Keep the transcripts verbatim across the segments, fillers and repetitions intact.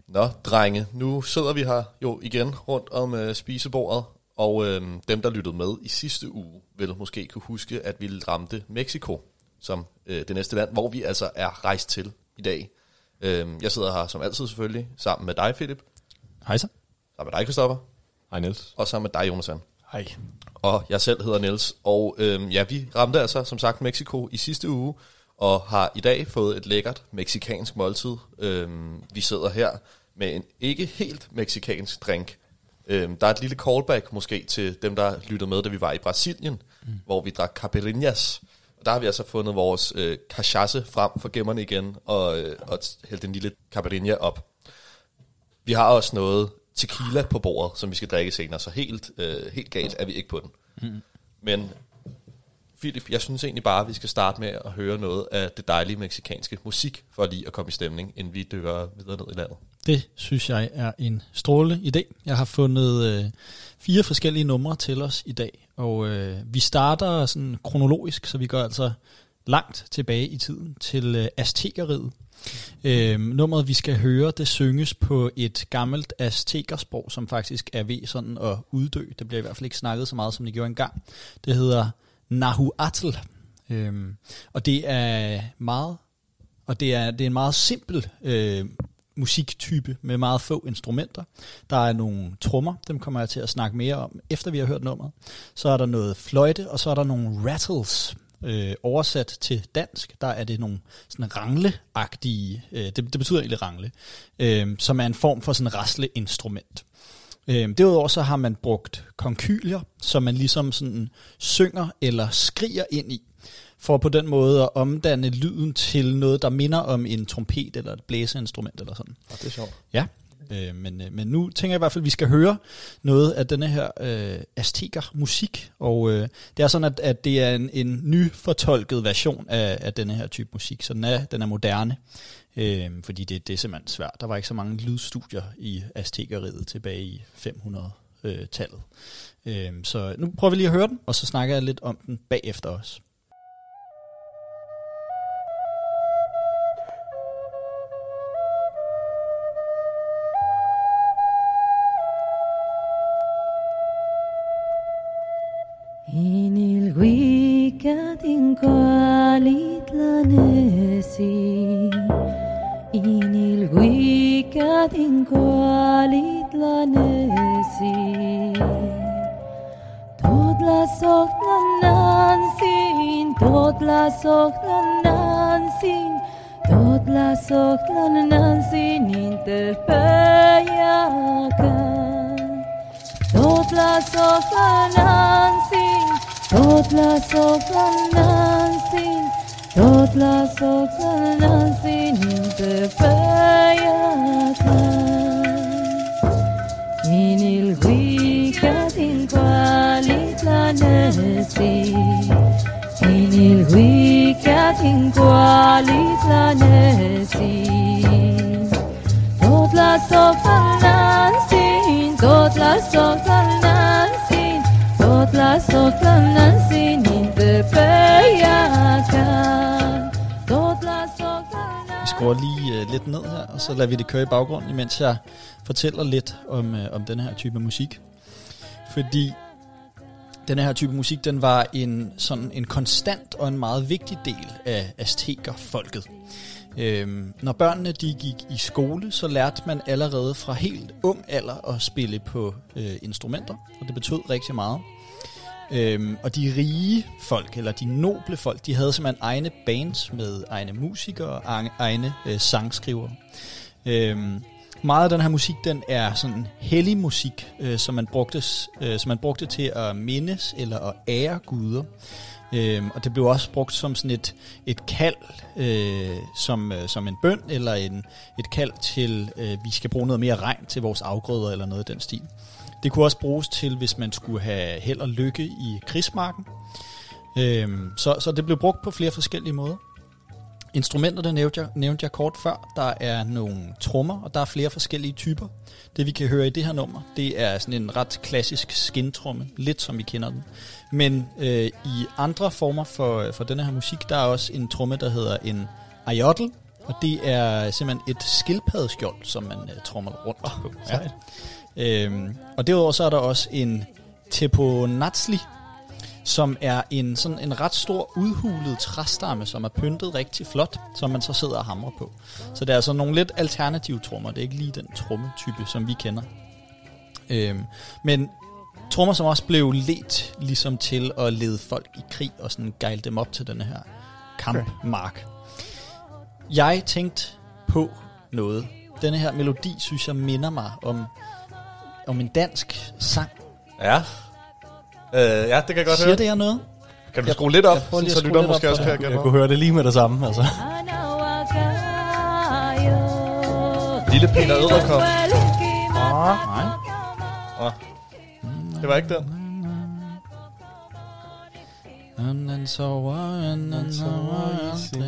Nå, drenge, nu sidder vi her jo igen rundt om øh, spisebordet, og øh, dem, der lyttede med i sidste uge, vil måske kunne huske, at vi ramte Mexico som øh, det næste land, hvor vi altså er rejst til i dag. Øh, jeg sidder her som altid selvfølgelig, sammen med dig, Philip. Hej så. Sammen med dig, Christoffer. Hej, Niels. Og sammen med dig, Jonathan. Hej. Og jeg selv hedder Niels, og øh, ja, vi ramte altså som sagt Mexico i sidste uge, og har i dag fået et lækkert mexikansk måltid. Øh, vi sidder her med en ikke helt mexikansk drink. Øhm, der er et lille callback måske til dem, der lyttede med, da vi var i Brasilien, mm. hvor vi drak caipirinhas. Og der har vi altså fundet vores øh, cachace frem for gemmerne igen, og, øh, og hældt en lille caipirinha op. Vi har også noget tequila på bordet, som vi skal drikke senere, så helt, øh, helt galt er vi ikke på den. Mm. Men Philip, jeg synes egentlig bare, at vi skal starte med at høre noget af det dejlige mexikanske musik, for lige at komme i stemning, inden vi dykker videre ned i landet. Det synes jeg er en strålende idé. Jeg har fundet øh, fire forskellige numre til os i dag, og øh, vi starter sådan kronologisk, så vi går altså langt tilbage i tiden til øh, Aztekeriget. Øh, nummeret, vi skal høre, det synges på et gammelt aztekersprog, som faktisk er ved sådan at uddø. Det bliver i hvert fald ikke snakket så meget, som det gjorde engang. Det hedder Nahuatl, øh, og det er meget, og det er, det er en meget simpel øh, musiktype med meget få instrumenter. Der er nogle trommer, dem kommer jeg til at snakke mere om, efter vi har hørt nummeret. Så er der noget fløjte, og så er der nogle rattles. Øh, oversat til dansk, der er det nogle sådan rangle-agtige, øh, det, det betyder egentlig rangle, øh, som er en form for sådan rasleinstrument. Øh, derudover så har man brugt konkylier, som man ligesom sådan synger eller skriger ind i, for på den måde at omdanne lyden til noget, der minder om en trompet eller et blæseinstrument eller sådan. Og det er sjovt. Ja, øh, men, men nu tænker jeg i hvert fald, at vi skal høre noget af denne her øh, azteker-musik, og øh, det er sådan, at, at det er en, en nyfortolket version af, af denne her type musik, så den er, den er moderne, øh, fordi det, det er simpelthen svært. Der var ikke så mange lydstudier i aztekeriet tilbage i fem hundrede-tallet. Øh, så nu prøver vi lige at høre den, og så snakker jeg lidt om den bagefter også. Inilhuicatlincualitlanesi, Inilhuicatlincualitlanesi, Totlasoctlanansin, Totlasoctlanansin, Totlasoctlanansin, Interpeyacan, Totlasoctlanansin, Totlasoctlanansin, Totlasoctlanansin, Interpeyacan, Inilhuicatlincualitlanesi, Inilhuicatlincualitlanesi, Totlasoctlanansin, Totlasoctlanansin, Totlasoctlanansin, Interpeyacan, Totlasoctlanansin. Vi skruer lige uh, lidt ned her, og så lader vi det køre i baggrunden, imens jeg fortæller lidt om, uh, om den her type musik. Fordi den her type musik, den var en, sådan en konstant og en meget vigtig del af aztekerfolket. Øhm, når børnene de gik i skole, så lærte man allerede fra helt ung alder at spille på øh, instrumenter, og det betød rigtig meget. Øhm, og de rige folk, eller de noble folk, de havde simpelthen egne bands med egne musikere og egne øh, sangskriver. Øhm, meget af den her musik, den er sådan hellig musik, øh, som, man brugte, øh, som man brugte til at mindes eller at ære guder. Øhm, og det blev også brugt som sådan et, et kald, øh, som, øh, som en bøn, eller en, et kald til, øh, vi skal bruge noget mere regn til vores afgrøder, eller noget i den stil. Det kunne også bruges til, hvis man skulle have held og lykke i krigsmarken. Øhm, så, så det blev brugt på flere forskellige måder. Instrumenter, der nævnte jeg, nævnte jeg kort før. Der er nogle trommer, og der er flere forskellige typer. Det vi kan høre i det her nummer, det er sådan en ret klassisk skintromme, lidt som vi kender den. Men øh, i andre former for, for denne her musik, der er også en tromme, der hedder en ayotl, Og det er simpelthen et skildpaddeskjold, som man uh, trommer rundt på. Ja. Øhm, og derudover så er der også en teponatsli, som er en, sådan en ret stor udhulet træstamme, som er pyntet rigtig flot, som man så sidder og hamrer på. Så det er altså nogle lidt alternative trommer. Det er ikke lige den trommetype, som vi kender. Øhm, men trommer, som også blev ledt ligesom til at lede folk i krig og sådan gejle dem op til denne her kampmark. Jeg tænkte på noget. Denne her melodi, synes jeg, minder mig om, om en dansk sang. Ja. Øh, ja, det kan jeg godt Siger høre. det her noget? Kan du skrue lidt op, lige så at lytter skrue måske lidt også op, kan så- jeg Jeg kunne høre det lige med det samme, altså. Lille Peter Edderkop. Nej. Åh, det var ikke den. And then sover, and then sover,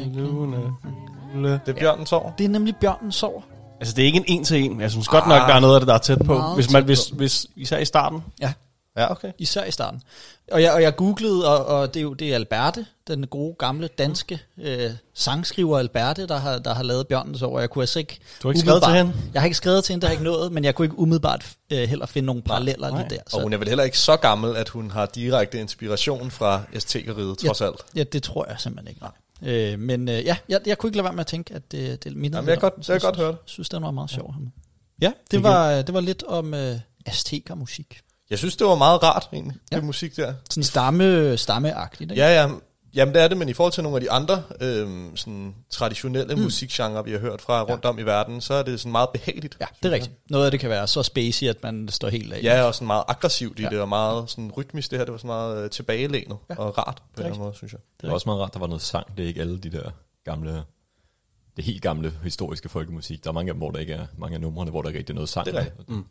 Det er Bjørnen Sår. det er nemlig Bjørnen Sover. Altså, det er ikke en en til en. Jeg synes godt nok, der er noget af det, der er tæt på. Meget Hvis man, tæt hvis, på. hvis, især i starten. Ja, Ja, okay. især i starten. Og jeg, og jeg googlede, og, og det er jo det er Alberte, den gode gamle danske øh, sangskriver Alberte, der har, der har lavet Bjørnen Sover. Jeg kunne altså ikke... Du har ikke skrevet til umiddelbart- hende? Jeg har ikke skrevet til hende, det har ikke nået, men jeg kunne ikke umiddelbart øh, heller finde nogle paralleller nej. lige der. Og hun er vel heller ikke så gammel, at hun har direkte inspiration fra Aztekeriget, trods alt. Ja, det tror jeg simpelthen ikke. Nej. Øh, men øh, ja, jeg, jeg kunne ikke lade være med at tænke, at det, det mindede Jamen, jeg lidt kan om. godt- jeg kan godt høre det. Jeg synes, den var meget sjov. Ja, det var, det var lidt om øh, aztekermusik. Jeg synes, det var meget rart, egentlig, Ja. det musik der. Sådan stamme, stammeagtigt, ikke? Ja, ja. Jamen, det er det, men i forhold til nogle af de andre øhm, sådan traditionelle mm. musikgenre, vi har hørt fra rundt om i verden, så er det sådan meget behageligt. Ja, det er rigtigt. Noget af det kan være så spacey, at man står helt af. Ja, og sådan meget aggressivt i Ja. det, og meget sådan rytmisk det her. Det var sådan meget øh, tilbagelænet Ja. og rart på en eller rigtigt. anden måde, synes jeg. Det var også meget rart, der var noget sang. Det er ikke alle de der gamle, det helt gamle historiske folkemusik. Der er mange af dem, hvor der ikke er mange af numrene, hvor der ikke rigtig er noget sang. Det er rigtigt. Mm.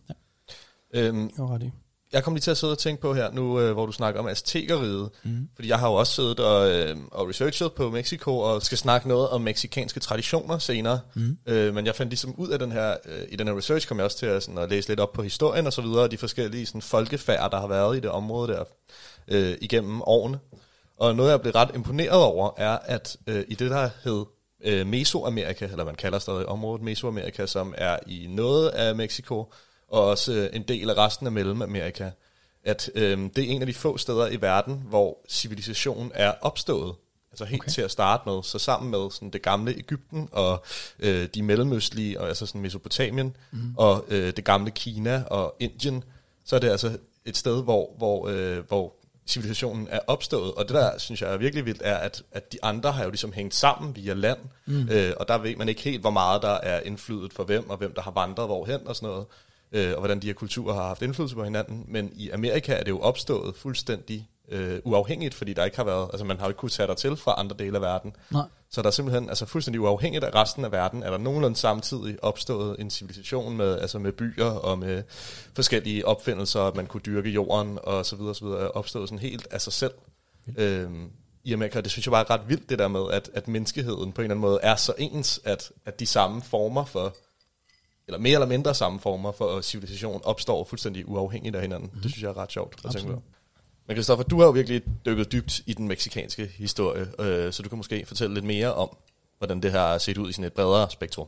Øhm, Jeg ret i. Jeg kom lige til at sidde og tænke på her nu, øh, hvor du snakker om Aztekeriget. Mm. Fordi jeg har jo også siddet og, øh, og researchet på Mexico, og skal snakke noget om mexikanske traditioner senere. Mm. Øh, men jeg fandt ligesom ud af den her, øh, i den her research kom jeg også til at, sådan, at læse lidt op på historien og så videre, og de forskellige sådan, folkefærd, der har været i det område der øh, igennem årene. Og noget, jeg blev ret imponeret over, er, at øh, i det, der hed øh, Mesoamerika, eller man kalder stadig området Mesoamerika, som er i noget af Mexico, og også øh, en del af resten af Mellemamerika, at øh, det er en af de få steder i verden, hvor civilisationen er opstået. Altså helt okay. til at starte med. Så sammen med sådan, det gamle Egypten og øh, de mellemøstlige, og altså sådan Mesopotamien, mm. og øh, det gamle Kina og Indien, så er det altså et sted, hvor, hvor, øh, hvor civilisationen er opstået. Og det der, synes jeg er virkelig vildt, er, at, at de andre har jo ligesom hængt sammen via land, mm. øh, og der ved man ikke helt, hvor meget der er indflydet for hvem, og hvem der har vandret hvorhen og sådan noget. Øh, og hvordan de her kulturer har haft indflydelse på hinanden. Men i Amerika er det jo opstået fuldstændig øh, uafhængigt, fordi der ikke har været, altså man har jo ikke kunnet tage der til fra andre dele af verden. Nej. Så der er simpelthen, altså fuldstændig uafhængigt af resten af verden, er der nogenlunde samtidig opstået en civilisation med, altså med byer og med forskellige opfindelser, at man kunne dyrke jorden og så videre, og så videre, er opstået sådan helt af sig selv. Øhm, I Amerika, det synes jeg bare er ret vildt det der med, at, at menneskeheden på en eller anden måde er så ens, at, at de samme former for eller mere eller mindre samme former for civilisation opstår fuldstændig uafhængigt af hinanden. Mm. Det synes jeg er ret sjovt at tænke på. Men Christoffer, du har jo virkelig dykket dybt i den mexikanske historie, øh, så du kan måske fortælle lidt mere om, hvordan det her har set ud i sådan et bredere spektrum.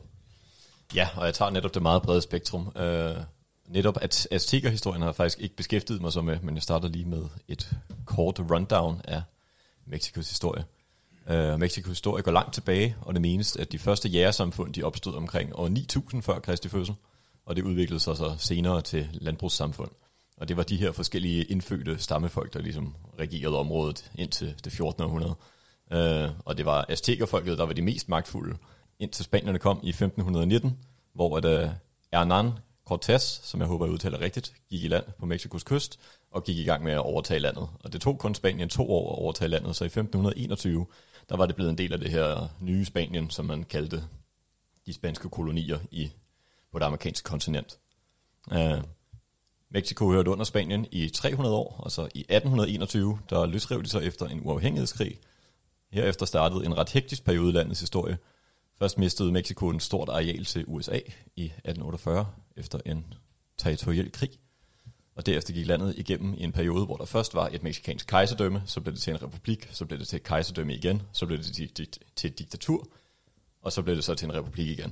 Ja, og jeg tager netop det meget brede spektrum. Øh, netop at Azteker-historien har jeg faktisk ikke beskæftiget mig så med, men jeg starter lige med et kort rundown af Mexikos historie. Uh, Mexikos historie går langt tilbage, og det menes, at de første jægersamfund de opstod omkring år ni tusind før Kristi fødsel, og det udviklede sig så senere til landbrugssamfund. Og det var de her forskellige indfødte stammefolk, der ligesom regerede området indtil det fjortende århundrede. Uh, og det var aztekerfolket, der var de mest magtfulde, indtil spanierne kom i femten nitten, hvor at, uh, Hernán Cortés, som jeg håber jeg udtaler rigtigt, gik i land på Mexikos kyst og gik i gang med at overtage landet. Og det tog kun Spanien to år at overtage landet, så i femten enogtyve der var det blevet en del af det her nye Spanien, som man kaldte de spanske kolonier i, på det amerikanske kontinent. Uh, Mexico hørte under Spanien i tre hundrede år, og så i atten enogtyve, der løsrev de sig efter en uafhængighedskrig. Herefter startede en ret hektisk periode i landets historie. Først mistede Mexico en stort areal til U S A i atten otteogfyrre efter en territoriel krig. Og derefter gik landet igennem i en periode, hvor der først var et mexikansk kejserdømme, så blev det til en republik, så blev det til et kejserdømme igen, så blev det til, til, til et diktatur. og så blev det så til en republik igen.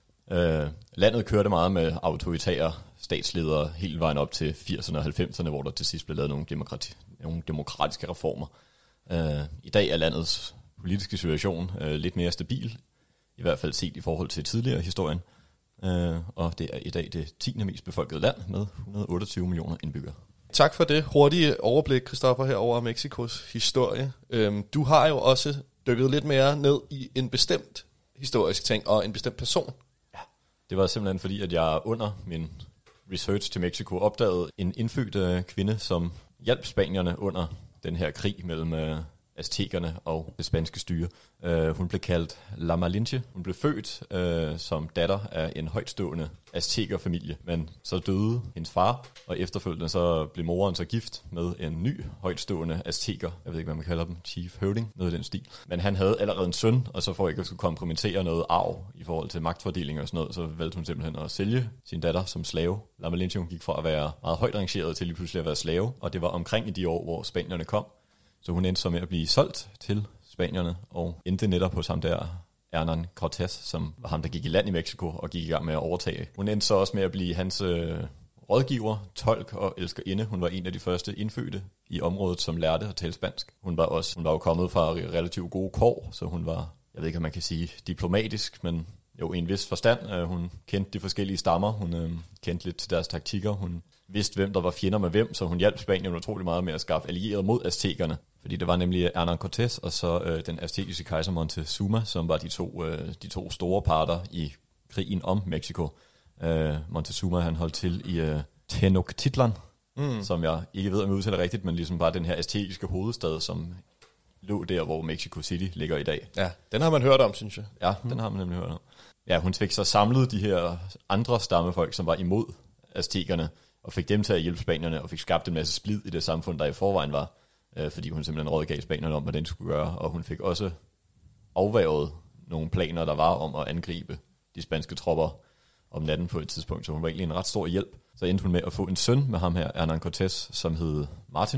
Øh, landet kørte meget med autoritære statsledere hele vejen op til firserne og halvfemserne, hvor der til sidst blev lavet nogle, demokrati, nogle demokratiske reformer. Øh, I dag er landets politiske situation øh, lidt mere stabil, i hvert fald set i forhold til tidligere historien. Øh, og det er i dag det tiende mest befolkede land med et hundrede og otteogtyve millioner indbyggere. Tak for det hurtige overblik, Christoffer, her over Mexikos historie. Øhm, du har jo også dykket lidt mere ned i en bestemt historisk ting og en bestemt person. Ja, det var simpelthen fordi, at jeg under min research til Mexico opdagede en indfødt øh, kvinde, som hjalp spanierne under den her krig mellem øh, aztekerne og det spanske styre. Uh, hun blev kaldt La Malinche. Hun blev født uh, som datter af en højtstående aztekerfamilie, men så døde hendes far, og efterfølgende så blev moren så gift med en ny højtstående azteker. Jeg ved ikke, hvad man kalder dem. Chief Høvding, noget i den stil. Men han havde allerede en søn, og så for ikke at skulle kompromittere noget arv i forhold til magtfordeling og sådan noget, så valgte hun simpelthen at sælge sin datter som slave. La Malinche, hun gik fra at være meget højt rangeret til lige pludselig at være slave, og det var omkring i de år, hvor spanierne kom. Så hun endte så med at blive solgt til spanierne, og endte netop hos ham der, Hernán Cortés, som var ham, der gik i land i Mexico og gik i gang med at overtage. Hun endte så også med at blive hans øh, rådgiver, tolk og elskerinde. Hun var en af de første indfødte i området, som lærte at tale spansk. Hun var også, hun var jo kommet fra relativt gode kår, så hun var, jeg ved ikke, om man kan sige diplomatisk, men jo i en vis forstand. Øh, hun kendte de forskellige stammer, hun øh, kendte lidt til deres taktikker, hun vidste, hvem der var fjender med hvem, så hun hjalp Spanien utrolig meget med at skaffe allierede mod aztekerne. Fordi det var nemlig Hernán Cortés og så øh, den aztekiske kejser Montezuma, som var de to, øh, de to store parter i krigen om Mexico. Øh, Montezuma, han holdt til i øh, Tenochtitlan, mm. som jeg ikke ved, om jeg udtaler rigtigt, men ligesom bare den her aztekiske hovedstad, som lå der, hvor Mexico City ligger i dag. Ja, den har man hørt om, synes jeg. Ja, den har man nemlig hørt om. Ja, hun fik så samlet de her andre stammefolk, som var imod aztekerne, og fik dem til at hjælpe spanierne, og fik skabt en masse splid i det samfund, der i forvejen var, øh, fordi hun simpelthen rådgav spanierne om, hvad den skulle gøre, og hun fik også afværget nogle planer, der var om at angribe de spanske tropper om natten på et tidspunkt, så hun var egentlig en ret stor hjælp. Så endte hun med at få en søn med ham her, Hernán Cortés, som hed Martin.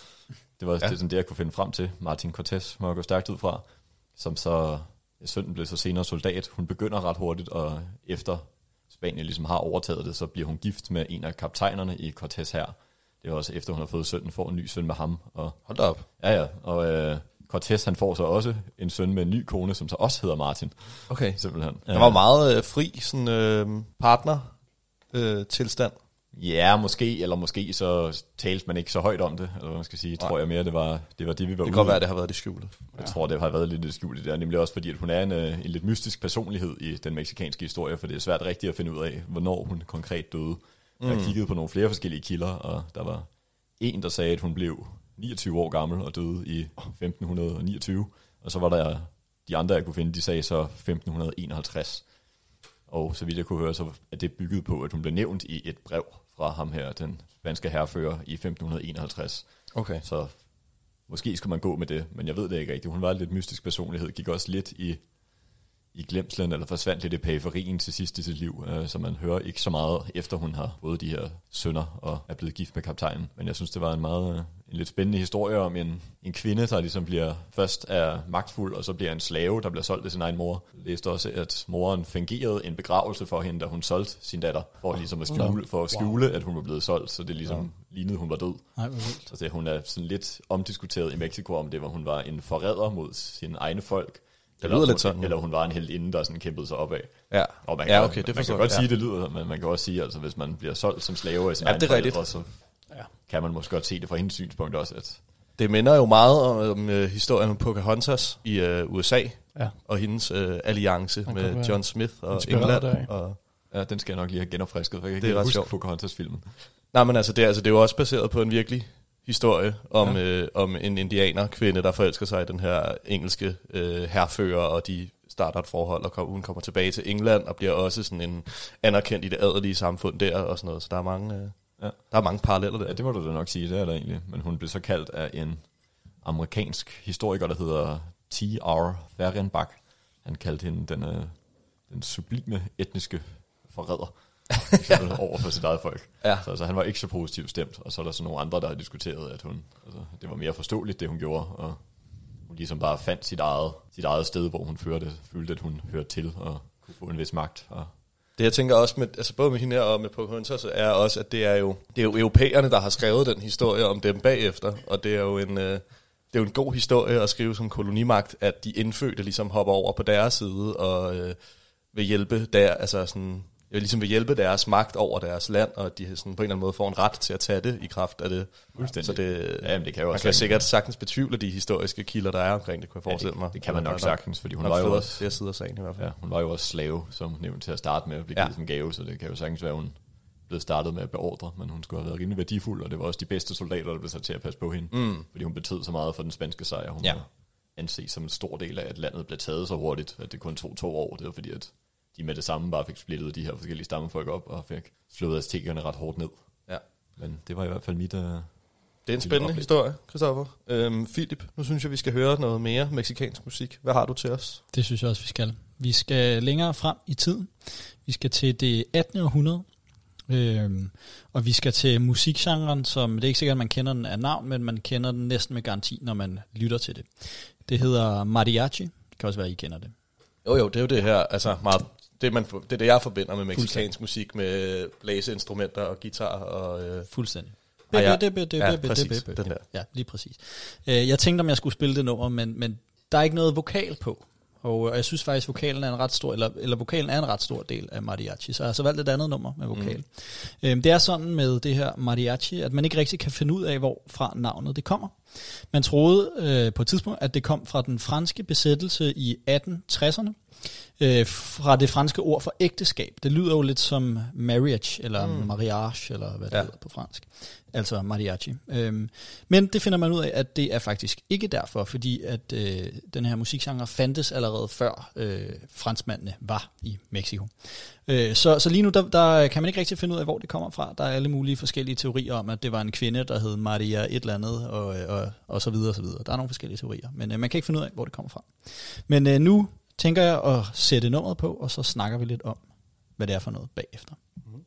Det var ja. det, sådan det, jeg kunne finde frem til. Martin Cortés må jeg gå stærkt ud fra, som så, sønnen blev så senere soldat. Hun begynder ret hurtigt, og efter Spanien ligesom har overtaget det, så bliver hun gift med en af kaptajnerne i Cortés her. Det er også efter, hun har fået sønnen, får en ny søn med ham. Og, hold da op. Ja, ja. Og øh, Cortés, han får så også en søn med en ny kone, som så også hedder Martin. Okay. Simpelthen. Der var meget øh, fri sådan, øh, partner øh, tilstand. Ja, måske, eller måske så talte man ikke så højt om det, eller hvad man skal sige. Nej. Tror jeg mere, det var det, var det vi var ude. Det kan ude. godt være, det har været det skjulte. Jeg ja. tror, det har været lidt det skjulte der, nemlig også fordi, at hun er en, en lidt mystisk personlighed i den mexikanske historie, for det er svært rigtigt at finde ud af, hvornår hun konkret døde. Mm. Jeg kiggede på nogle flere forskellige kilder, og der var en, der sagde, at hun blev niogtyve år gammel og døde i femten niogtyve, og så var der de andre, jeg kunne finde, de sagde så femten enoghalvtreds. Og så vidt jeg kunne høre, så er det bygget på, at hun blev nævnt i et brev fra ham her, den spanske hærfører, i femten enoghalvtreds. Okay. Så måske skulle man gå med det, men jeg ved det ikke rigtigt. Hun var en lidt mystisk personlighed, gik også lidt i, i glemslen, eller forsvandt lidt i periferien til sidst i sit liv, øh, så man hører ikke så meget, efter hun har fået de her sønner og er blevet gift med kaptajnen. Men jeg synes, det var en meget øh, en lidt spændende historie om en, en kvinde, der ligesom bliver først er magtfuld, og så bliver en slave, der bliver solgt af sin egen mor. Jeg læste også, at moren fungerede en begravelse for hende, da hun solgte sin datter, for ligesom at skjule, for at skjule wow. at hun var blevet solgt, så det ligesom ja. lignede, hun var død. Nej, hvor vildt. Så det, hun er sådan lidt omdiskuteret i Mexico om det, hvor hun var en forræder mod sine egne folk. Det lyder lidt sådan. Eller hun var en heltinde, der sådan kæmpede sig opad. Ja, og man ja kan, okay, det man kan godt ja. sige, det lyder, men man kan også sige, altså hvis man bliver solgt som slave af sin ja, egen forældre, så ja. kan man måske godt se det fra hendes synspunkt også. At det minder jo meget om, om uh, historien om Pocahontas i uh, U S A, ja. og hendes uh, alliance man med John Smith og England. Og, ja, den skal jeg nok lige have genopfrisket, for jeg kan ikke huske Pocahontas-filmen. Nej, men altså det, altså, det er jo også baseret på en virkelig historie om, ja. øh, om en indianer kvinde, der forelsker sig i den her engelske øh, hærfører, og de starter et forhold, og hun kommer tilbage til England, og bliver også sådan en anerkendt i det adelige samfund der, og sådan noget. Så der er mange, øh, ja. der er mange paralleller der. Ja, det må du da nok sige, det er der egentlig. Men hun blev så kaldt af en amerikansk historiker, der hedder T R Fehrenbach. Han kaldte hende den, øh, den sublime etniske forræder. over for sit eget folk. Ja. Så altså, han var ikke så positivt stemt, og så er der så nogle andre, der har diskuteret, at hun, altså, det var mere forståeligt, det hun gjorde, og hun ligesom bare fandt sit eget, sit eget sted, hvor hun følte, følte, at hun hørte til og kunne få en vis magt. Og det jeg tænker også med, altså både med hende her og med Pocahontas, er også, at det er jo, det er jo europæerne, der har skrevet den historie om dem bagefter, og det er jo en, øh, det er jo en god historie at skrive som kolonimagt, at de indfødte ligesom hopper over på deres side og øh, vil hjælpe der, altså sådan, ligesom vil hjælpe deres magt over deres land, og de sådan på en eller anden måde får en ret til at tage det i kraft af det. Fuldstændig. Så det, ja, men det kan jo man også kan sikkert sagtens betvivle de historiske kilder, der er omkring det, kunne jeg forestille ja, det, mig. det kan man nok sagtens, fordi hun nok var jo også flere sider af sagen i hvert fald. Ja, hun var jo også slave, som nævnt til at starte med at blive ja. givet som gave, så det kan jo sagtens være, hun blev startet med at beordre, men hun skulle have været rimelig værdifuld, og det var også de bedste soldater, der blev sat til at passe på hende, mm. fordi hun betød så meget for den spanske sejr. Hun ja. var anset som en stor del af, at landet blev taget så hurtigt, at det kun tog to år. Det var fordi, at de med det samme bare fik splittet de her forskellige stammefolk op, og fik slået aztekerne ret hårdt ned. Ja. Men det var i hvert fald mit... Uh, det er en spændende historie, Christoffer. Øhm, Philip, nu synes jeg, vi skal høre noget mere mexicansk musik. Hvad har du til os? Det synes jeg også, vi skal. Vi skal længere frem i tiden. Vi skal til det attende århundrede. Øhm, og vi skal til musikgenren, som det er ikke sikkert, at man kender den af navn, men man kender den næsten med garanti, når man lytter til det. Det hedder mariachi. Det kan også være, at I kender det. Jo, jo, det er jo det her, altså meget, det, man, det er det, jeg forbinder med mexicansk musik, med blæseinstrumenter og guitar og... Øh, Fuldstændig. Ah, ja. ja, præcis, den der. Ja, lige præcis. Jeg tænkte, om jeg skulle spille det nummer, men, men der er ikke noget vokal på. Og jeg synes faktisk, vokalen er en ret stor, eller, eller vokalen er en ret stor del af mariachi, så jeg har så valgt et andet nummer med vokal. Mm. Øhm, det er sådan med det her mariachi, at man ikke rigtig kan finde ud af, hvor fra navnet det kommer. Man troede øh, på et tidspunkt, at det kom fra den franske besættelse i atten tresserne, øh, fra det franske ord for ægteskab. Det lyder jo lidt som marriage, eller mm. mariage, eller hvad det ja. hedder på fransk. Altså mariachi. Øhm, men det finder man ud af, at det er faktisk ikke derfor, fordi at øh, den her musikgenre fandtes allerede før øh, franskmændene var i Mexico. Øh, så, så lige nu, der, der kan man ikke rigtig finde ud af, hvor det kommer fra. Der er alle mulige forskellige teorier om, at det var en kvinde, der hed Maria et eller andet, og, og, og så videre, og så videre. Der er nogle forskellige teorier, men øh, man kan ikke finde ud af, hvor det kommer fra. Men øh, nu tænker jeg at sætte nummeret på, og så snakker vi lidt om, hvad det er for noget bagefter. Mm-hmm.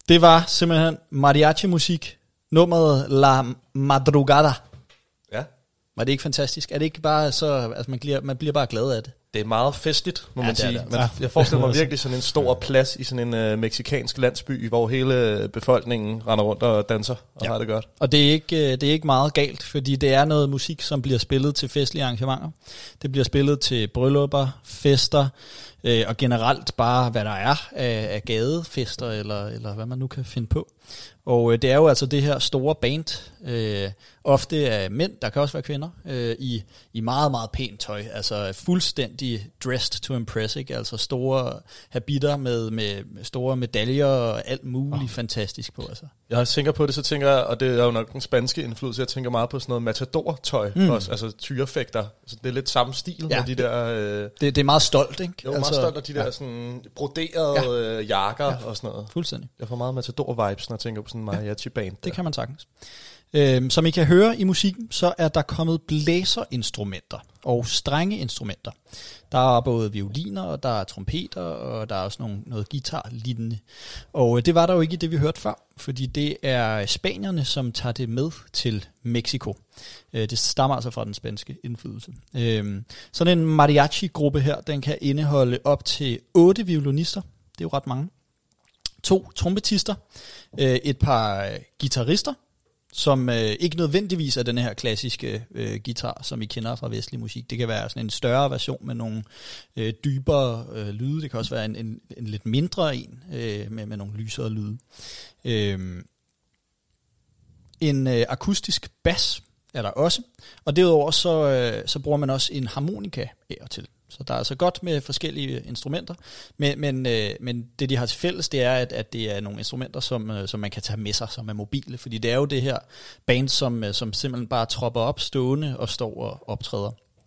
Det var simpelthen mariachi-musik. Nummeret La Madrugada. Ja. Var det ikke fantastisk? Er det ikke bare så... Altså, man bliver, man bliver bare glad af det. Det er meget festligt, må Ja, man det er sige. det. Men Ja. jeg forestiller mig virkelig sådan en stor plads i sådan en uh, meksikansk landsby, hvor hele befolkningen render rundt og danser og Ja. har det godt. Og det er, ikke, det er ikke meget galt, fordi det er noget musik, som bliver spillet til festlige arrangementer. Det bliver spillet til bryllupper, fester, øh, og generelt bare, hvad der er af, af gadefester, eller, eller hvad man nu kan finde på. Og øh, det er jo altså det her store band, øh, ofte af mænd, der kan også være kvinder, øh, i, i meget, meget pænt tøj. Altså fuldstændig dressed to impress, ikke? Altså store habitter med, med, med store medaljer og alt muligt oh. fantastisk på. Altså. Jeg tænker på det, så tænker jeg, og det er jo nok den spanske indflydelse, jeg tænker meget på sådan noget matador-tøj mm. også, altså tyrefægter. Så det er lidt samme stil Ja, med de der... Øh, Det, det er meget stolt, ikke? jo, meget stolt af de der sådan broderede ja. jakker ja. og sådan noget. Fuldstændig. Jeg får meget matador-vibes, når jeg tænker på sådan en mariachi-band. Det kan man sagtens. Øhm, som I kan høre i musikken, så er der kommet blæserinstrumenter og strengeinstrumenter. Der er både violiner, og der er trompeter, og der er også nogle, noget guitar-lignende. Og øh, det var der jo ikke i det, vi hørte før, fordi det er spanierne, som tager det med til Mexico. Øh, det stammer altså fra den spanske indflydelse. Øhm, sådan en mariachi-gruppe her, den kan indeholde op til otte violinister. Det er jo ret mange. To trompetister, øh, et par øh, guitarister, som øh, ikke nødvendigvis er den her klassiske øh, guitar, som I kender fra vestlig musik. Det kan være sådan en større version med nogle øh, dybere øh, lyde. Det kan også være en, en, en lidt mindre en øh, med, med nogle lysere lyde. Øh, en øh, akustisk bas er der også, og derudover så, øh, så bruger man også en harmonika af og til. Så der er altså godt med forskellige instrumenter, men, men, øh, men det de har til fælles, det er, at, at det er nogle instrumenter, som, øh, som man kan tage med sig, som er mobile, fordi det er jo det her band, som, øh, som simpelthen bare tropper op stående og står og optræder.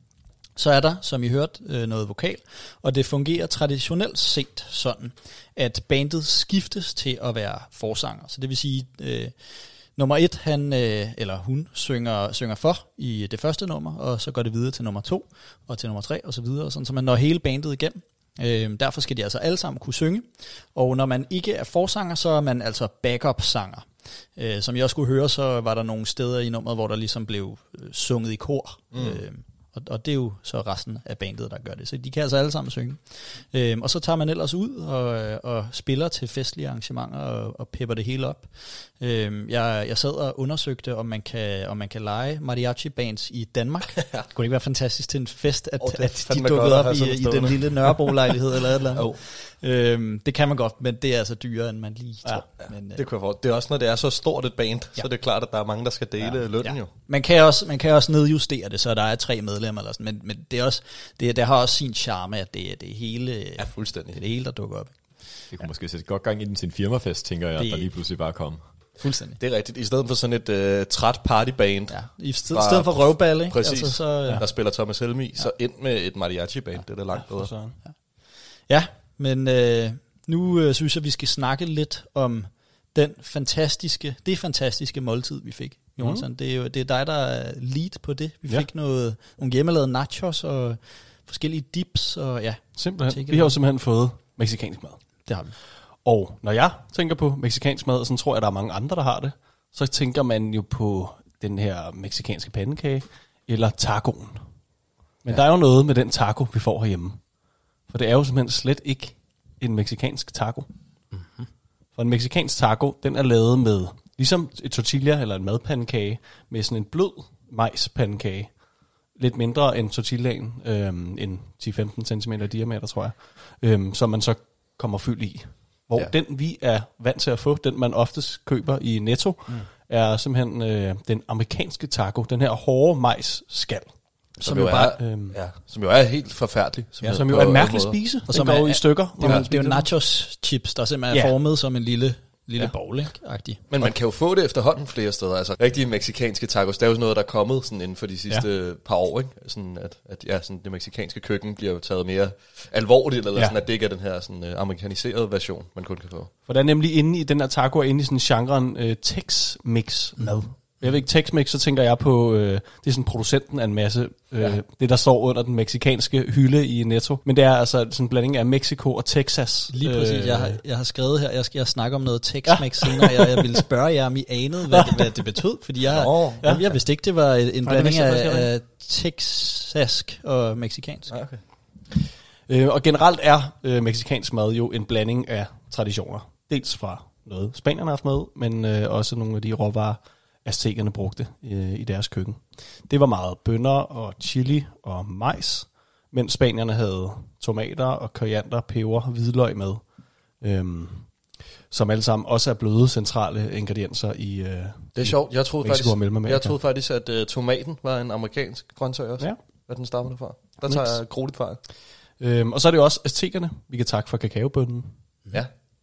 Så er der, som I hørte, øh, noget vokal, og det fungerer traditionelt set sådan, at bandet skiftes til at være forsanger. Så det vil sige... Øh, Nummer et, han øh, eller hun synger, synger for i det første nummer, og så går det videre til nummer to, og til nummer tre, og så videre, sådan, så man når hele bandet igennem. Øh, derfor skal de altså alle sammen kunne synge, og når man ikke er forsanger, så er man altså backup-sanger. Øh, som jeg også kunne høre, så var der nogle steder i nummeret, hvor der ligesom blev øh, sunget i kor, mm. øh, og, og det er jo så resten af bandet, der gør det. Så de kan altså alle sammen synge. Øhm, og så tager man ellers ud og, og spiller til festlige arrangementer og, og pepper det hele op. Øhm, jeg, jeg sad og undersøgte, om man kan, om man kan lege mariachi-bands i Danmark. Det kunne ikke være fantastisk til en fest, at, oh, at de dukkede op i, i den lille Nørrebro-lejlighed eller et eller andet. Oh. Øhm, det kan man godt, men det er altså dyrere, end man lige ja, tror. Ja, men, det kunne jeg få. Det er også, når det er så stort et band, ja. så det er klart, at der er mange, der skal dele ja. lønnen ja. jo. Man kan, også, man kan også nedjustere det, så der er tre medlemmer, eller sådan, men, men det, er også, det, det har også sin charme, at det, det er hele, ja, fuldstændig. Det er det hele, der dukker op. Det kunne ja. måske sætte godt gang ind til en firmafest, tænker jeg, det, der lige pludselig bare kom. Fuldstændig. Det er rigtigt. I stedet for sådan et øh, træt partyband. Ja, i sted, stedet for røvballe, ikke? Præcis, altså, så, ja. der spiller Thomas Helmi, ja. så ind med et mariachi-band, ja. det er da langt ja, bedre. Ja. ja, men øh, nu øh, synes jeg, vi skal snakke lidt om den fantastiske, det fantastiske måltid, vi fik. Jonathan, mm. det, er jo, det er dig, der er lead på det. Vi ja. fik noget, nogle hjemmelavede nachos og forskellige dips. Og, ja, simpelthen. Vi har jo simpelthen fået mexicansk mad. Det har vi. Og når jeg tænker på mexicansk mad, og sådan tror jeg, der er mange andre, der har det, så tænker man jo på den her mexicanske pandekage, eller tacoen. Men ja. der er jo noget med den taco, vi får herhjemme. For det er jo simpelthen slet ikke en mexicansk taco. Mm-hmm. For en mexicansk taco, den er lavet med, ligesom et tortilla eller en madpandekage, med sådan en blød majspandekage. Lidt mindre end tortillaen, øhm, en ti til femten centimeter diameter, tror jeg. Øhm, som man så kommer fyld i. Hvor ja. den, vi er vant til at få, den man oftest køber i Netto, mm. er simpelthen øh, den amerikanske taco. Den her hårde majsskal. Som, som, jo er, øhm, ja, som jo er helt forfærdelig. Som, ja, som jo er en mærkelig spise, og som går i stykker. Det er, det er jo nachos chips, der simpelthen er ja. formet som en lille... Lille ja. bowl-agtig. Men man kan jo få det efterhånden flere steder. Altså rigtige mexikanske tacos, det er jo sådan noget, der er kommet sådan inden for de sidste ja. par år, ikke? Sådan at, at ja, sådan det mexikanske køkken bliver jo taget mere alvorligt, eller ja. sådan at det ikke er den her sådan, uh, amerikaniserede version, man kun kan få. For der er nemlig inde i den her taco, er inde i sådan genren uh, Tex-Mix mad. Jeg ved ikke, Tex-Mex, så tænker jeg på, øh, det er sådan producenten af en masse, øh, ja. det der står under den meksikanske hylde i Netto. Men det er altså sådan en blanding af Mexico og Texas. Lige præcis. Øh, Jeg har, jeg har skrevet her, jeg skal jeg snakke om noget Tex-Mex ja. senere. Jeg, jeg ville spørge jer, om I anede, hvad det, hvad det betød. Fordi jeg, Nå, ja. jeg, jeg vidste ikke, det var en Nej, blanding det af, af texask og meksikansk. Ja, okay. Øh, og generelt er øh, meksikansk mad jo en blanding af traditioner. Dels fra noget spanierne har haft med, men øh, også nogle af de råvarer, aztekerne brugte øh, i deres køkken. Det var meget bønner og chili og majs, mens spanierne havde tomater og koriander, peber, hvidløg med, øhm, som alle sammen også er bløde centrale ingredienser i øh, Det er sjovt. Jeg troede Mexico og faktisk, Mellemamerika. jeg troede faktisk, at uh, tomaten var en amerikansk grøntsag også. Ja. Hvad den stammer fra. Der tager jeg grueligt fejl. Øhm, og så er det jo også aztekerne. Vi kan takke for kakaobønnen Ja.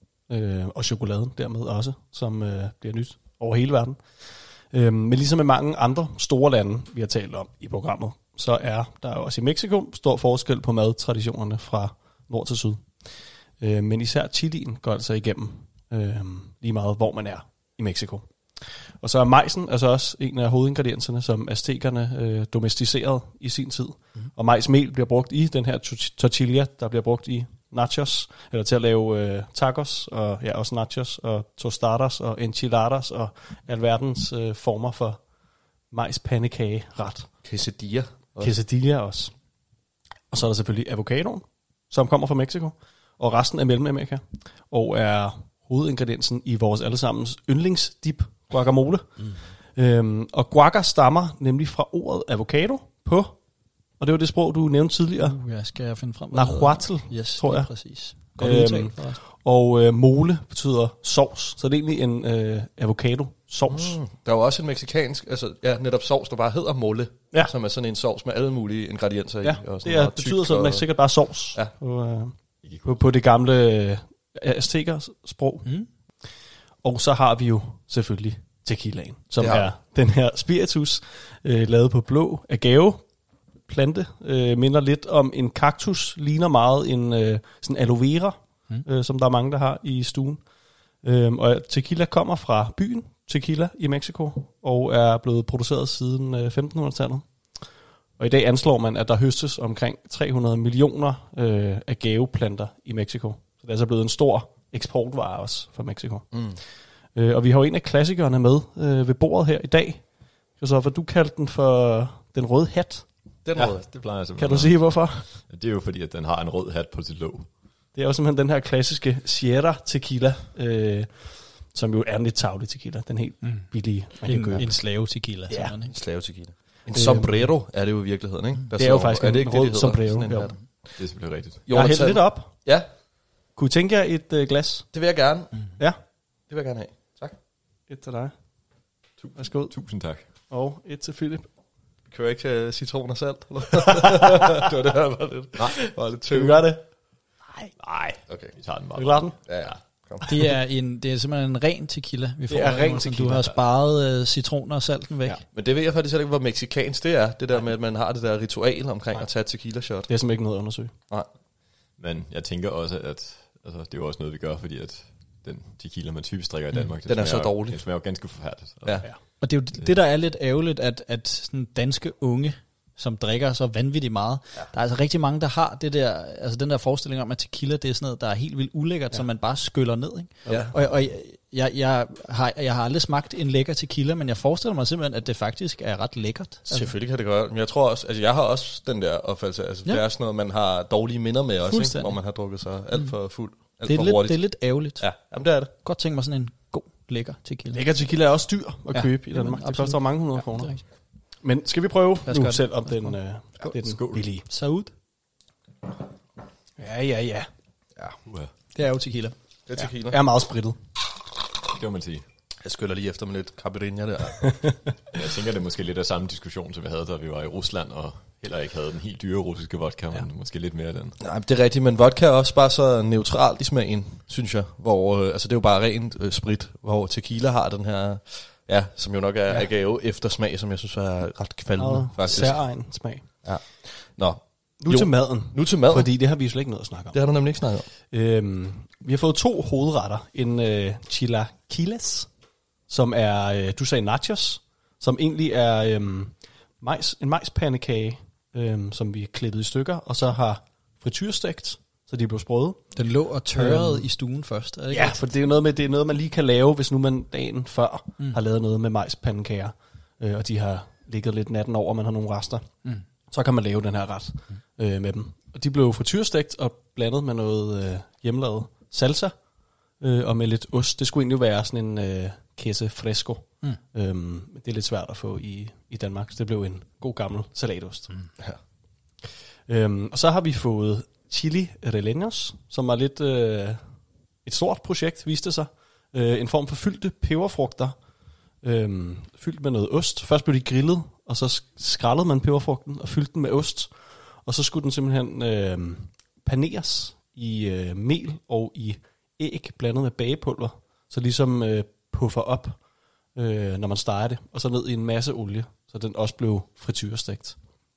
øh, og chokoladen dermed også, som øh, bliver nyt over hele verden. Øhm, men ligesom med mange andre store lande, vi har talt om i programmet, så er der også i Mexico stor forskel på madtraditionerne fra nord til syd. Øh, men især chilien går altså igennem øh, lige meget, hvor man er i Mexico. Og så er majsen altså også en af hovedingredienserne, som aztekerne øh, domesticerede i sin tid. Mm. Og majsmel bliver brugt i den her tortilla, der bliver brugt i nachos, eller til at lave øh, tacos, og ja, også nachos, og tostadas, og enchiladas, og alverdens øh, former for majspandekage-ret. Quesadilla. Quesadilla også. Og så er der selvfølgelig avocadoen, som kommer fra Mexico, og resten af Mellemamerika, og er hovedingrediensen i vores allesammens yndlingsdip, guacamole. Mm. Øhm, og guaca stammer nemlig fra ordet avocado på, og det var det sprog, du nævnte tidligere, Uh, jeg skal finde frem. nahuatl, yes, tror jeg. Præcis. Godt Øhm, udtalt, forresten. Og øh, mole betyder sovs, så det er egentlig en øh, avocado-sovs. Mm. Der er jo også en meksikansk, altså ja, netop sovs, der bare hedder mole, Ja. som er sådan en sovs med alle mulige ingredienser Ja, i. Og sådan det er, meget betyder tyk sådan og- sikkert bare sovs Ja. på, øh, på, på det gamle øh, aztekers sprog. Mm. Og så har vi jo selvfølgelig tequilaen, som Det har er den her spiritus, øh, lavet på blå agave plante, øh, minder lidt om en kaktus, ligner meget en øh, sådan aloe vera, mm. øh, som der er mange, der har i stuen. Øhm, og tequila kommer fra byen Tequila i Mexico, og er blevet produceret siden øh, femtenhundredetallet. Og i dag anslår man, at der høstes omkring tre hundrede millioner øh, agaveplanter i Mexico. Så det er altså blevet en stor eksportvare også for Mexico. Mm. Øh, og vi har jo en af klassikerne med øh, ved bordet her i dag. Christoffer, du kaldte den for den røde hat. Den Ja, røde. det plejer jeg Kan simpelthen. du sige hvorfor? Det er jo fordi, at den har en rød hat på sit låg. Det er jo simpelthen den her klassiske Sierra tequila, øh, som jo er en lidt tavlig tequila. Den helt Mm. billige, man kan En, købe. en slave tequila. Ja. Sådan, En ikke? slave tequila. En sombrero er det jo i virkeligheden, ikke? Der Det er jo står- faktisk er en det ikke det, rød de hedder? sombrero, Sådan en jo. hat. Det er selvfølgelig rigtigt. Jeg har hældt Jonathan- lidt op. Ja, Kunne I tænke jer et øh, glas? det vil jeg gerne. Ja. Det vil jeg gerne have. Tak. Et til dig. Værsgo. Tusind tak. Og et til Philip. Kører ikke uh, citron og salt? Eller? det var det her, var lidt, Nej. var lidt Skal vi tøv. gøre det? Nej. Okay. Vi tager den bare. Vil du klare den? Ja, ja. Kom. Det er, en, det er simpelthen en ren tequila, vi får. er her, ren Jonathan. tequila. Du har sparet uh, citroner og salten væk. Ja. Ja. Men det ved jeg faktisk ikke, hvor meksikansk det er. Det der med, at man har det der ritual omkring at tage et tequila shot. Det er simpelthen ikke noget at undersøge. Nej. Men jeg tænker også, at altså, det er jo også noget, vi gør, fordi at den tequila, man typisk drikker i Danmark, det Den er smager så jo- dårlig. Den smager jo ganske forfærdeligt. Og Ja. Og det er jo det, der er lidt ærgerligt, at, at sådan danske unge, som drikker så vanvittigt meget, ja. Der er altså rigtig mange, der har det der, altså den der forestilling om, at tequila, det er sådan noget, der er helt vildt ulækkert, ja. Som man bare skyller ned. Ikke? Ja. Og, og jeg, jeg, har, jeg har aldrig smagt en lækker tequila, men jeg forestiller mig simpelthen, at det faktisk er ret lækkert. Altså, Selvfølgelig kan det gøre. Men jeg tror også, altså jeg har også den der opfattelse. Altså, Ja. det er sådan noget, man har dårlige minder med også, ikke? Fuldstændig. Hvor man har drukket sig alt for fuld, alt det, er for lidt, hurtigt. det er lidt ærgerligt. Ja. Ja, jamen det er det. Godt tænke mig sådan en god, lækker tequila. Lækker tequila er også dyr at Ja. købe i Jamen, Danmark. Det absolut. koster mange hundrede Ja, kroner. det er rigtigt. Men skal vi prøve Lad os nu, gøre det. selvom Lad os den, øh, det er den Skål. billige? Saud, Ja, ja, ja. Uha. det er jo tequila. Det er tequila. Er meget sprittet. Det må man sige. Jeg skyller lige efter med lidt caipirinha der. Jeg tænker, det er måske lidt af samme diskussion, som vi havde, da vi var i Rusland, og heller ikke havde den helt dyre russiske vodka, men måske lidt mere af den. Nej, det er rigtigt, men vodka er også bare så neutralt i smagen, synes jeg. Hvor, øh, altså det er jo bare rent øh, sprit, hvor tequila har den her, ja, som jo nok er ja. agave eftersmag, som jeg synes er ret kvalmende, Og faktisk. særegen smag. Ja. Nå, Nu Jo. til maden. nu til mad. Fordi det har vi jo slet ikke noget at snakke om. Det har du nemlig ikke snakket om. Øhm, vi har fået to hovedretter. En øh, chilaquiles, som er, øh, du sagde nachos, som egentlig er øhm, majs, en majspandekage, øhm, som vi har klippet i stykker, og så har frityrestegt, så de blev sprøde. Den lå og tørrede Øhm. i stuen først, er det ikke? Ja, for det er jo noget med, det er noget, man lige kan lave, hvis nu man dagen før mm. har lavet noget med majspandekager, øh, og de har ligget lidt natten over, og man har nogle rester. Mm. Så kan man lave den her ret mm. øh, med dem. Og de blev frityrestegt og blandet med noget øh, hjemmelavet salsa, øh, og med lidt ost. Det skulle egentlig være sådan en øh, queso fresco. Mm. Øhm, det er lidt svært at få i, i Danmark, så det blev en god gammel salatost. Mm. Ja. Øhm, og så har vi fået chili rellenos, som var lidt øh, et stort projekt, viste sig. Øh, en form for fyldte peberfrugter, øh, fyldt med noget ost. Først blev de grillet, og så skrællede man peberfrugten og fyldte den med ost. Og så skulle den simpelthen øh, paneres i øh, mel og i æg blandet med bagepulver, så ligesom øh, puffer op, øh, når man steger det, og så ned i en masse olie, så den også blev frityrestegt.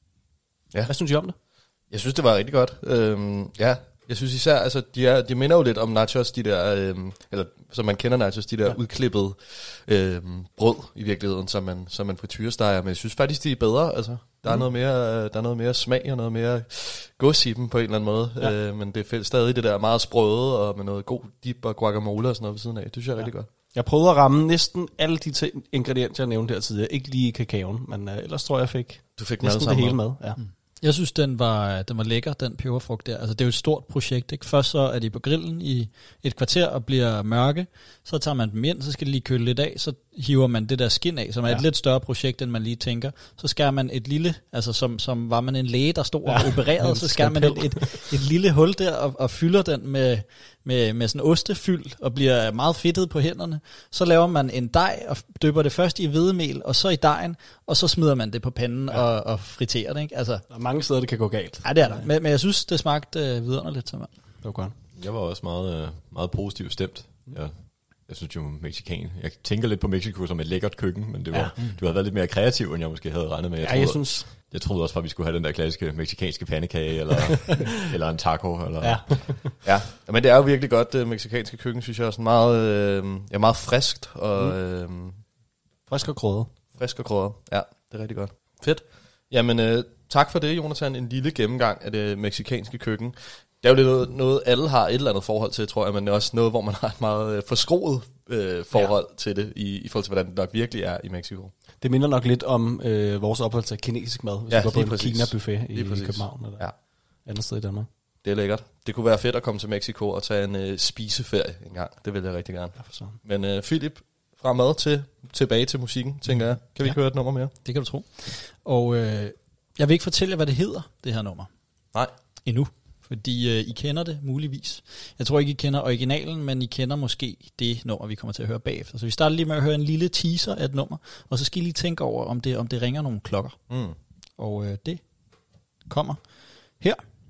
Ja. Hvad synes I om det? Jeg synes, det var rigtig godt. Øhm, ja, jeg synes især, altså, de, er, de minder jo lidt om nachos, de der, øhm, eller som man kender nachos, de der ja. udklippede øhm, brød i virkeligheden, som man, som man frityresteger. Men jeg synes faktisk, de er bedre. Altså, der, mm. er noget mere, der er noget mere smag og noget mere gods i dem på en eller anden måde. Ja. Øh, men det er stadig det der meget sprøde og med noget god dip og guacamole og sådan noget ved siden af. Det synes jeg er ja. rigtig godt. Jeg prøvede at ramme næsten alle de t- ingredienser, jeg nævnte her tidligere. Ikke lige kakaoen, men uh, ellers tror jeg, jeg fik, du fik næsten det hele med. Ja. Mm. Jeg synes, den var, den var lækker, den peberfrugt der. Altså, det er jo et stort projekt, ikke? Først så er de på grillen i et kvarter og bliver mørke. Så tager man dem ind, så skal de lige køle lidt af. Så hiver man det der skin af, som er ja. et lidt større projekt, end man lige tænker. Så skærer man et lille, altså som, som var man en læge, der stod ja. og opererede, så skærer man et, et, et lille hul der og, og fylder den med, med, med sådan ostefyld og bliver meget fedtet på hænderne. Så laver man en dej og dypper det først i hvedemel, og så i dejen, og så smider man det på panden ja. og, og friterer det, ikke? Altså, der er mange steder, det kan gå galt. Ja, det er der. Men, men jeg synes, det smagte øh, vidunderligt til mig. Det var godt. Jeg var også meget, meget positivt stemt. Jeg, jeg synes jo, mexican. Jeg tænker lidt på Mexico som et lækkert køkken, men det var, ja. du havde været lidt mere kreativ, end jeg måske havde regnet med. Jeg ja, troede, jeg synes... Jeg troede også, at vi skulle have den der klassiske mexicanske pandekage, eller, eller en taco. Eller. Ja. ja, men det er jo virkelig godt, det mexicanske køkken, synes jeg er sådan meget, øh, ja, meget friskt. Og, mm. øh, frisk og krydret. Frisk og krydret, ja, det er rigtig godt. Fedt. Jamen, øh, tak for det, Jonathan. En lille gennemgang af det mexicanske køkken. Det er jo lidt noget, noget, alle har et eller andet forhold til, tror jeg, men det er også noget, hvor man har et meget øh, forskroet øh, forhold ja. til det, i, i forhold til, hvordan det nok virkelig er i Mexico. Det minder nok lidt om øh, vores opholdelse af kinesisk mad, hvis ja, vi går på en præcis. Kina-buffet i, i København eller ja. andet sted i Danmark. Det er lækkert. Det kunne være fedt at komme til Mexico og tage en øh, spiseferie en gang. Det vil jeg rigtig gerne. Ja, men øh, Philip, fra mad til tilbage til musikken, tænker jeg. Kan vi ikke ja. høre et nummer mere? Det kan du tro. Og øh, jeg vil ikke fortælle jer, hvad det hedder, det her nummer. Nej. Endnu. Fordi øh, I kender det muligvis. Jeg tror ikke, I kender originalen, men I kender måske det nummer, vi kommer til at høre bagefter. Så vi starter lige med at høre en lille teaser af et nummer, og så skal I lige tænke over, om det, om det ringer nogle klokker. Mm. Og øh, det kommer her.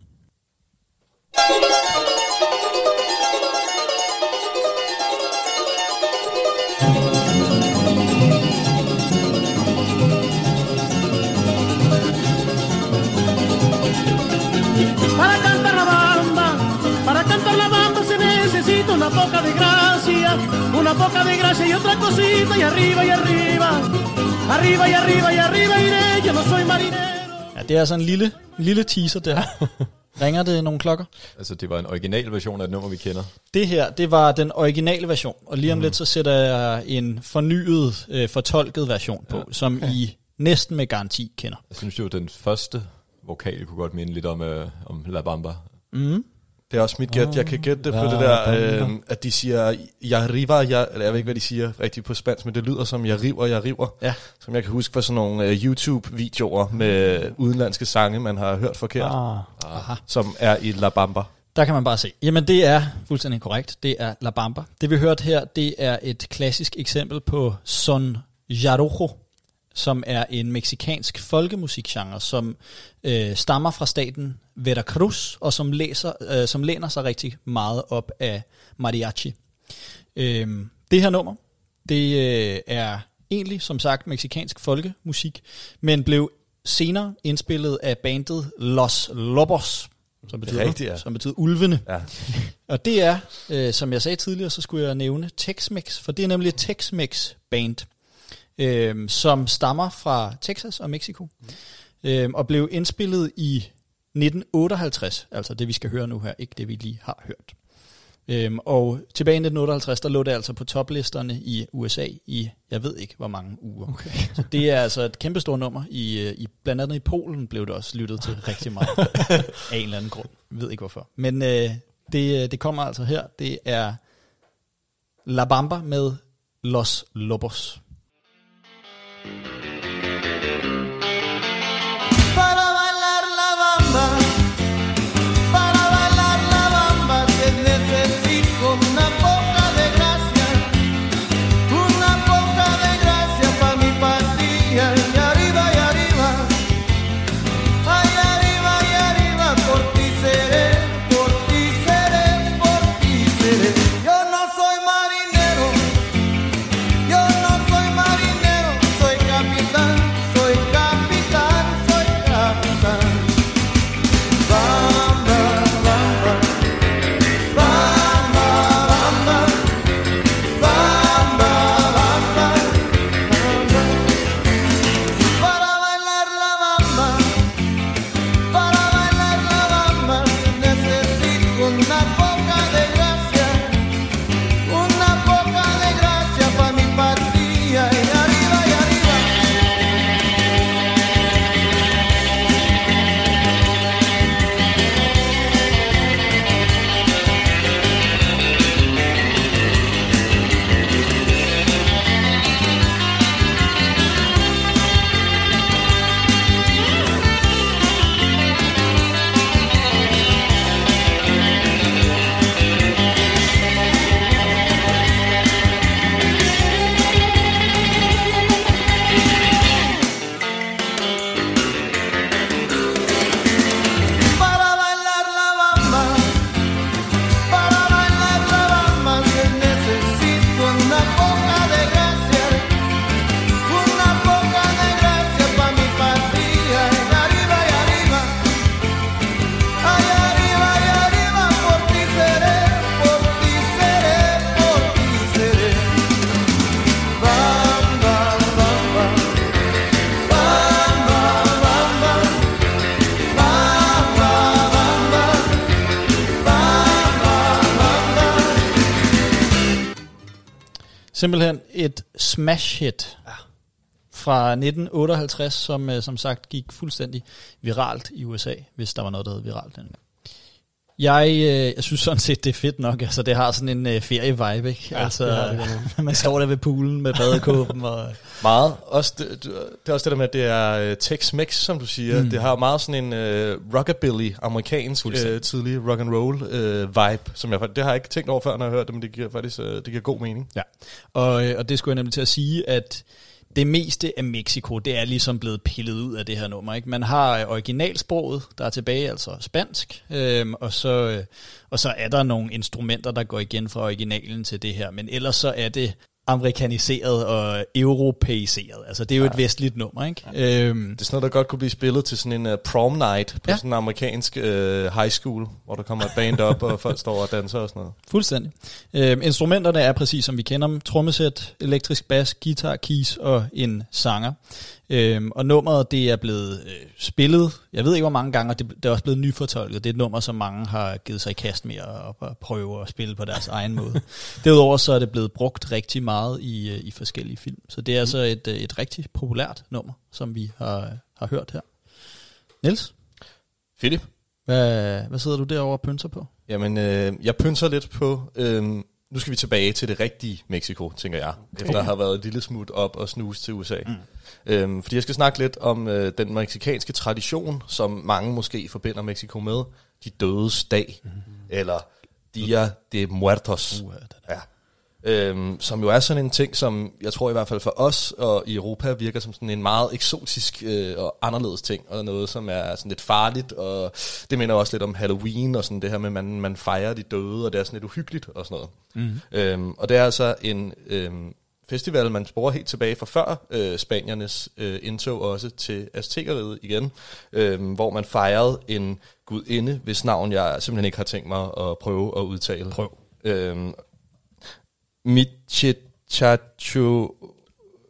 Para cantar la bamba, para cantar la bamba se necesita una poca de gracia, una poca de gracia y otra cosita y arriba y arriba, arriba y arriba y arriba iré, yo no soy marinero. Ja, det er altså en lille, lille teaser der. Ringer det nogle klokker? Altså, det var en original version af et nummer, vi kender. Det her, det var den originale version, og lige om mm. lidt, så sætter jeg en fornyet, øh, fortolket version på, ja. som okay. I næsten med garanti kender. Jeg synes jo, den første vokal kunne godt minde lidt om, øh, om La Bamba. Mm. Det er også mit gæt. Jeg kan gætte det på det der, øh, at de siger, jeg river, jeg, eller jeg ved ikke, hvad de siger rigtigt på spansk, men det lyder som, jeg river, jeg river. Ja. Som jeg kan huske fra sådan nogle uh, YouTube-videoer med udenlandske sange, man har hørt forkert. Ah. Som er i La Bamba. Der kan man bare se. Jamen, det er fuldstændig korrekt. Det er La Bamba. Det vi hørte her, det er et klassisk eksempel på son jarocho, som er en mexikansk folkemusikgenre, som øh, stammer fra staten Veracruz, og som, læser, øh, som læner sig rigtig meget op af mariachi. Øh, det her nummer, det øh, er egentlig, som sagt, mexikansk folkemusik, men blev senere indspillet af bandet Los Lobos, som betyder, rigtigt, ja. som betyder ulvene. Ja. Og det er, øh, som jeg sagde tidligere, så skulle jeg nævne Tex-Mex, for det er nemlig et Tex-Mex band. øh, som stammer fra Texas og Mexico, mm. øh, og blev indspillet i nitten otteoghalvtreds, altså det vi skal høre nu her, ikke det vi lige har hørt. Øhm, og tilbage i nitten otteoghalvtreds, der lå det altså på toplisterne i U S A i, jeg ved ikke hvor mange uger. Okay. Så det er altså et kæmpestort nummer. I, i, blandt andet i Polen blev det også lyttet til rigtig meget af en eller anden grund. Jeg ved ikke hvorfor. Men øh, det, det kommer altså her. Det er La Bamba med Los Lobos. Para bailar la bamba, para bailar la bamba, que necesito una poca de gracia, una poca de gracia pa' mi patria, y arriba y arriba, ay arriba y arriba, por ti seré, por ti seré, por ti seré. Yo no soy marinero, yo no soy marinero, soy capitán, soy capitán, soy capitán. Bamba, bamba, bamba, bamba, bamba, bamba, bamba. Para bailar la bamba, para bailar la bamba, necesito una poca de gracia, una poca de gracia pa' mi patria, y arriba y arriba. Para bailar la bamba, para bailar la bamba, se necesito una poca de gracia, una poca de gracia pa' mi patria, y arriba y arriba, ay arriba y arriba, por ti seré, por ti seré, por ti seré. Bamba, bamba, bamba, bamba, bamba, bamba, bamba, bamba. Simpelthen et smash hit fra nitten otteoghalvtreds, som øh, som sagt gik fuldstændig viralt i U S A, hvis der var noget, der hed viralt dengang. Jeg, øh, jeg synes sådan set, det er fedt nok. Altså, det har sådan en øh, ferie-vibe, ikke? Ja, altså, det har det godt nok. man står der ved poolen med badekåben. og Meget. Også det, det er også det der med, at det er uh, Tex-Mex, som du siger. Mm. Det har meget sådan en uh, rockabilly, amerikansk uh, tidlig rock and roll uh, vibe, som jeg det har jeg ikke tænkt over før, når jeg har hørt det, men det giver faktisk uh, det giver god mening. Ja, og, øh, og det skulle jeg nemlig til at sige, at det meste af Mexico, det er ligesom blevet pillet ud af det her nummer, ikke? Man har øh, originalsproget, der er tilbage, altså spansk, øhm, og, så, øh, og så er der nogle instrumenter, der går igen fra originalen til det her, men ellers så er det amerikaniseret og europæiseret. Altså, det er jo ja. et vestligt nummer, ikke? Ja. Øhm, Det er sådan noget, der godt kunne blive spillet til sådan en uh, prom night på ja. sådan en amerikansk uh, high school, hvor der kommer et band op, og folk står og danser og sådan noget. Fuldstændig. Øhm, instrumenterne er præcis som vi kender dem. Trommesæt, elektrisk bas, guitar, keys og en sanger. Øhm, og nummeret, det er blevet øh, spillet, jeg ved ikke hvor mange gange, og det, det er også blevet nyfortolket. Det er et nummer, som mange har givet sig i kast med at, at prøve at spille på deres egen måde. Derudover så er det blevet brugt rigtig meget i, i forskellige film. Så det er altså et, et rigtig populært nummer, som vi har, har hørt her. Niels? Philip? Hvad, hvad sidder du derovre og pynser på? Jamen, øh, jeg pynser lidt på... Øh, nu skal vi tilbage til det rigtige Mexico, tænker jeg. Efter der har været et lille smut op og snus til U S A. Mm. Øhm, fordi jeg skal snakke lidt om øh, den mexikanske tradition, som mange måske forbinder Mexico med. De dødes dag. Mm. Eller Dia de Muertos. Uh, ja. Øhm, som jo er sådan en ting, som jeg tror i hvert fald for os og i Europa virker som sådan en meget eksotisk øh, og anderledes ting, og noget som er sådan lidt farligt, og det minder også lidt om Halloween og sådan det her med, at man, man fejrer de døde, og det er sådan lidt uhyggeligt og sådan noget. Mm. Øhm, og det er altså en øhm, festival, man sporer helt tilbage fra før øh, spaniernes øh, indtog også til Aztekeriget igen, øh, hvor man fejrede en gudinde, hvis navn jeg simpelthen ikke har tænkt mig at prøve at udtale. Prøv. Øhm, Michichachu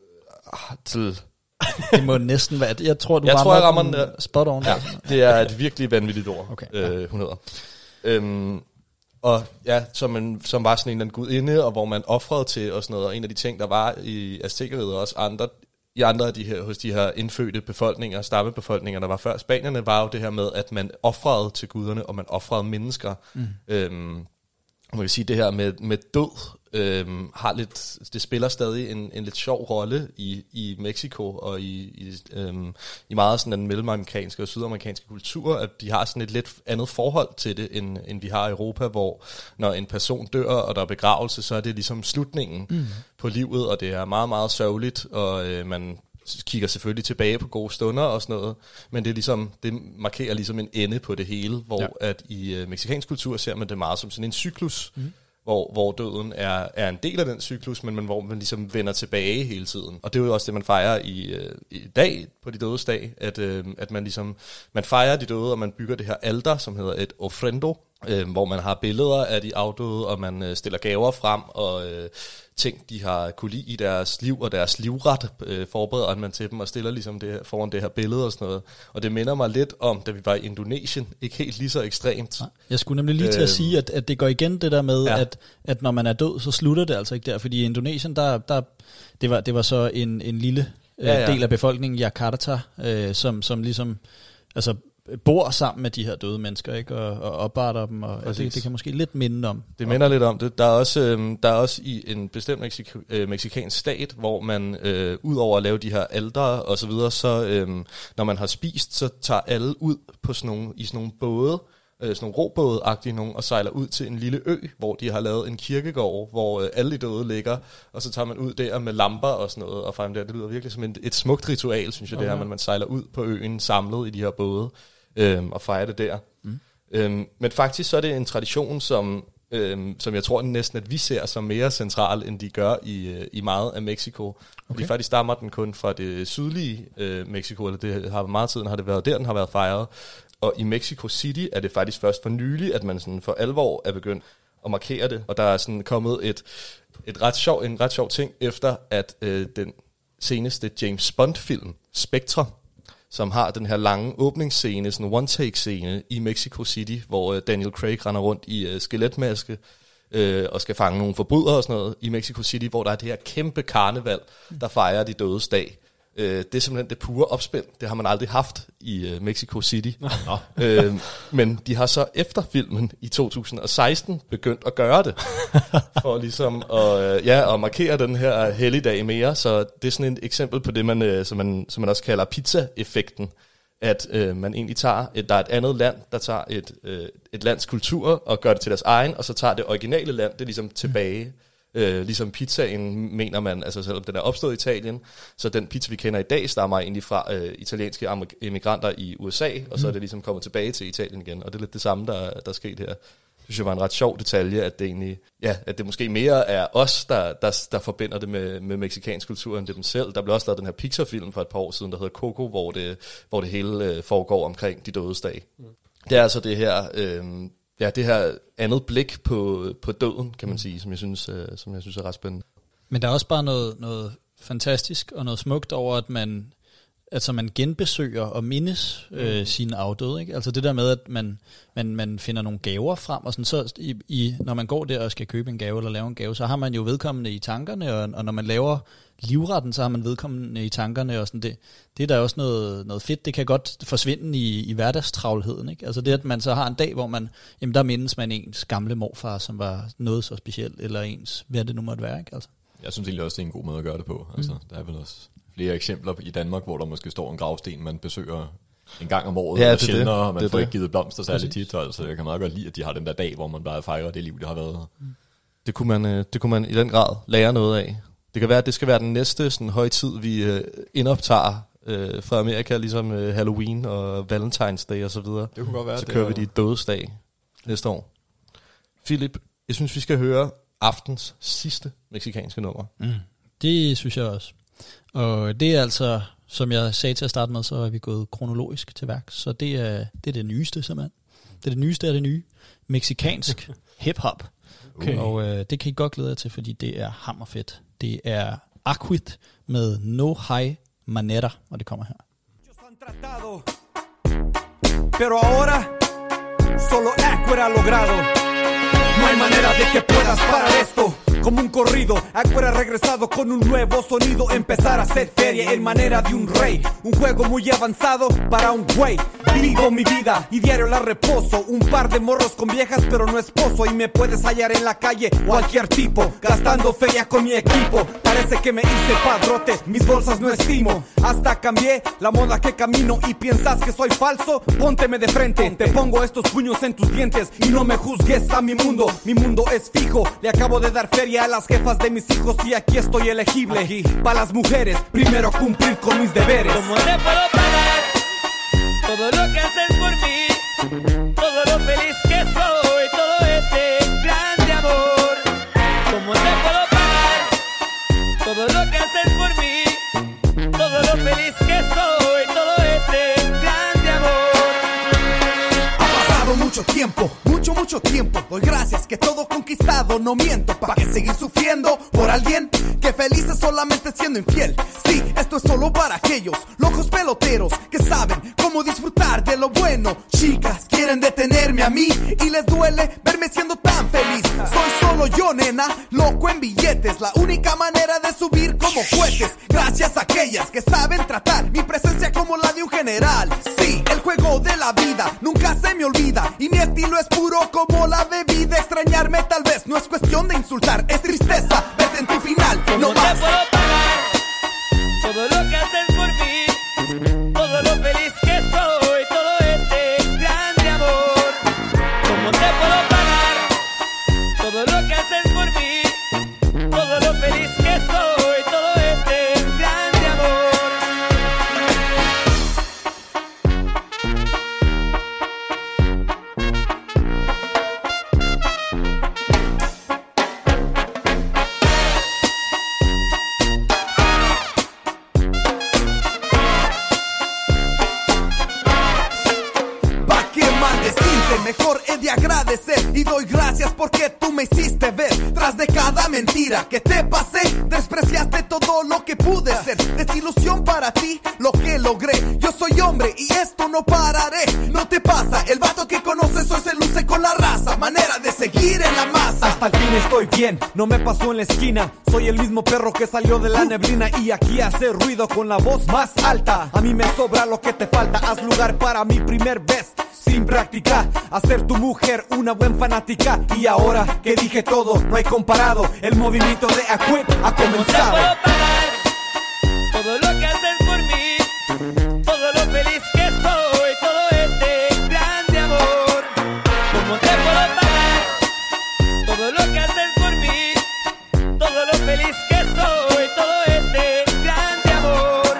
ah, til... Det må næsten være... Jeg tror, du Jeg tror, jeg rammer den den der. spot on. Ja, det er et virkelig vanvittigt ord, Okay, okay, ja. øh, hun hedder. Øhm, og ja, som, en, som var sådan en eller anden gudinde, og hvor man offrede til og sådan noget. Og en af de ting, der var i Aztekeriget og også andre, i andre af de her, hos de her indfødte befolkninger, stammebefolkninger, der var før spanierne, var jo det her med, at man offrede til guderne, og man offrede mennesker. Mm. Øhm, man kan sige, det her med, med død øhm, har lidt, det spiller stadig en, en lidt sjov rolle i, i Mexico og i, i, øhm, i meget sådan den mellemamerikanske og sydamerikanske kultur, at de har sådan et lidt andet forhold til det, end, end vi har i Europa, hvor når en person dør, og der er begravelse, så er det ligesom slutningen mm. på livet, og det er meget, meget sørgeligt, og øh, man kigger selvfølgelig tilbage på gode stunder og sådan noget, men det er ligesom, det markerer ligesom en ende på det hele, hvor ja. at i øh, mexikansk kultur ser man det meget som sådan en cyklus, mm. hvor, hvor døden er, er en del af den cyklus, men, men hvor man ligesom vender tilbage hele tiden. Og det er jo også det, man fejrer i, øh, i dag, på de dødes dag, at, øh, at man ligesom, man fejrer de døde, og man bygger det her alter, som hedder et ofrendo, øh, hvor man har billeder af de afdøde, og man øh, stiller gaver frem, og øh, ting, de har kunne lide i deres liv, og deres livret, øh, forbereder man til dem, og stiller ligesom det her, foran det her billede og sådan noget. Og det minder mig lidt om, da vi var i Indonesien, ikke helt lige så ekstremt. Jeg skulle nemlig lige til at Øhm, sige, at, at det går igen det der med, ja. at, at når man er død, så slutter det altså ikke der. Fordi i Indonesien, der, der, det, var, det var så en, en lille øh, Ja, ja. del af befolkningen, Jakarta, øh, som, som ligesom altså, bor sammen med de her døde mennesker, ikke? Og, og opbarter dem. Og altså, det, det kan måske lidt minde om. Det minder lidt om det. Der er også, øh, der er også i en bestemt meksik- øh, meksikansk stat, hvor man øh, ud over at lave de her aldre og så videre, så øh, når man har spist, så tager alle ud på sådan nogle, i sådan nogle både, øh, sådan nogle robåde-agtige nogle, og sejler ud til en lille ø, hvor de har lavet en kirkegård, hvor øh, alle de døde ligger, og så tager man ud der med lamper og sådan noget, og frem der. Det lyder virkelig som et, et smukt ritual, synes jeg, okay. det her, men man sejler ud på øen samlet i de her både, øh, og fejrer det der. Mm. Øhm, men faktisk så er det en tradition, som, øhm, som jeg tror næsten, at vi ser som mere central, end de gør i, øh, i meget af Mexico. Okay. Fordi faktisk stammer den kun fra det sydlige øh, Mexico, eller det har meget tiden har det været der, den har været fejret. Og i Mexico City er det faktisk først for nylig, at man sådan for alvor er begyndt at markere det. Og der er sådan kommet et, et ret sjov, en ret sjov ting, efter at øh, den seneste James Bond-film, Spectre, som har den her lange åbningsscene, sådan en one-take-scene i Mexico City, hvor uh, Daniel Craig render rundt i uh, skeletmaske uh, og skal fange nogle forbrydere og sådan noget i Mexico City, hvor der er det her kæmpe karneval, der fejrer de dødes dag. Uh, det er simpelthen det pure opspænd. Det har man aldrig haft i uh, Mexico City. uh, men de har så efter filmen i to tusind og seksten begyndt at gøre det, for ligesom at, uh, ja, at markere den her helligdag mere. Så det er sådan et eksempel på det, man, uh, som, man, som man også kalder pizza-effekten. At øh, man egentlig tager, et, der er et andet land, der tager et, øh, et lands kultur og gør det til deres egen, og så tager det originale land, det er ligesom tilbage. Øh, ligesom pizzaen, mener man, altså selvom den er opstået i Italien, så den pizza, vi kender i dag, stammer egentlig fra øh, italienske immigranter i U S A, og så er det ligesom kommet tilbage til Italien igen, og det er lidt det samme, der, der er sket her. Det synes jeg var en ret sjov detalje, at det egentlig, ja, at det måske mere er os, der, der, der forbinder det med, med mexikansk kultur, end det dem selv. Der blev også lavet den her Pixar-film for et par år siden, der hedder Coco, hvor det, hvor det hele øh, foregår omkring de dødes dag. Mm. Det er altså det her, øh, ja, det her andet blik på, på døden, kan man sige, som jeg synes, øh, som jeg synes er ret spændende. Men der er også bare noget, noget fantastisk og noget smukt over, at man, altså man genbesøger og mindes øh, mm. sine afdøde, ikke? Altså det der med, at man, man, man finder nogle gaver frem, og sådan, så i, i, når man går der og skal købe en gave eller lave en gave, så har man jo vedkommende i tankerne, og, og når man laver livretten, så har man vedkommende i tankerne, og sådan det. Det er der også noget, noget fedt. Det kan godt forsvinde i, i hverdagstravlheden, ikke? Altså det, at man så har en dag, hvor man, jamen der mindes man ens gamle morfar, som var noget så specielt, eller ens, hvad det nu måtte være, ikke? Altså. Jeg synes egentlig også, det er en god måde at gøre det på. Altså, mm. Der er vel også flere eksempler i Danmark, hvor der måske står en gravsten, man besøger en gang om året, ja, eller sjældent, og man det får det. ikke givet blomster særligt tit. Altså, jeg kan meget godt lide, at de har den der dag, hvor man bare fejrer det liv, det har været. Mm. Det kunne man, det kunne man i den grad lære noget af. Det kan være, at det skal være den næste sådan, højtid, vi øh, indoptager øh, fra Amerika, ligesom øh, Halloween og Valentine's Day og så videre. Det kunne godt være. Så kører vi de dødsdag næste år. Philip, jeg synes, vi skal høre aftens sidste mexikanske nummer. Mm. Det synes jeg også. Og det er altså, som jeg sagde til at starte med, så er vi gået kronologisk til værk. Så det er det, er det nyeste, simpelthen. Det er det nyeste af det nye. Mexikansk hip-hop. Okay. Og øh, det kan I godt glæde jer til, fordi det er hammerfedt. Det er Aquit med No Hay Manera, og det kommer her. Pero ahora solo Aquera ha logrado. No hay manera de que puedas parar esto. Como un corrido, Aquera ha regresado con un nuevo sonido. Empezar a hacer feria en manera de un rey. Un juego muy avanzado para un güey. Vivo mi vida y diario la reposo. Un par de morros con viejas pero no esposo. Y me puedes hallar en la calle cualquier tipo, gastando feria con mi equipo. Parece que me hice padrote, mis bolsas no estimo. Hasta cambié la moda que camino. Y piensas que soy falso, pónteme de frente. Te pongo estos puños en tus dientes y no me juzgues a mi mundo. Mi mundo es fijo, le acabo de dar feria a las jefas de mis hijos y aquí estoy elegible. Aquí. Para las mujeres, primero cumplir con mis deberes. ¿Cómo te puedo pagar todo lo que haces por mí? Todo lo feliz que soy, todo este grande amor. ¿Cómo te puedo pagar todo lo que haces por mí? Todo lo feliz que soy, todo este grande amor. Ha pasado mucho tiempo, mucho, mucho tiempo. Doy gracias que todo conquistado, no miento. ¿Para qué seguir sufriendo por alguien que feliz es solamente siendo infiel? Sí, esto es solo para aquellos locos peloteros que saben cómo disfrutar de lo bueno. Chicas quieren detenerme a mí y les duele verme siendo tan feliz. Soy solo yo, nena, loco en billetes. La única manera de subir como cohetes. Gracias a aquellas que saben tratar mi presencia como la de un general. Sí, el juego de la vida nunca se me olvida y mi estilo es puro como la bebida. Extrañarme tal vez no es cuestión de insultar, es tristeza verte en tu final. No ¿Cómo más. te puedo pagar todo lo que haces por mí? Todo lo feliz que soy, todo este grande amor. ¿Cómo te puedo pagar todo lo que haces por mí? Todo lo feliz que soy, todo este grande amor. ¿Pa' qué más decirte? Mejor he de agradecer y doy gracias porque tú me hiciste ver. Tras de cada mentira que te pasé, despreciaste todo lo que pude ser. Desilusión para ti, lo que logré. Yo soy hombre y esto no pararé. No te pasa, el vato que conoces hoy se luce con la raza. Manera de seguir en la masa. Hasta el fin estoy bien, no me pasó en la esquina. Soy el mismo perro que salió de la neblina y aquí hace ruido con la voz más alta. A mí me sobra lo que te falta, haz lugar para mi primer vez. Sin practicar, hacer tu mujer una buen fanática. Y ahora que dije todo, no hay comparado. El movimiento de Aquit ha ¿Cómo te comenzado. puedo pagar todo lo que haces por mí? Todo lo feliz que soy, todo este grande amor. ¿Cómo te puedo pagar todo lo que haces por mí? Todo lo feliz que soy, todo este grande amor.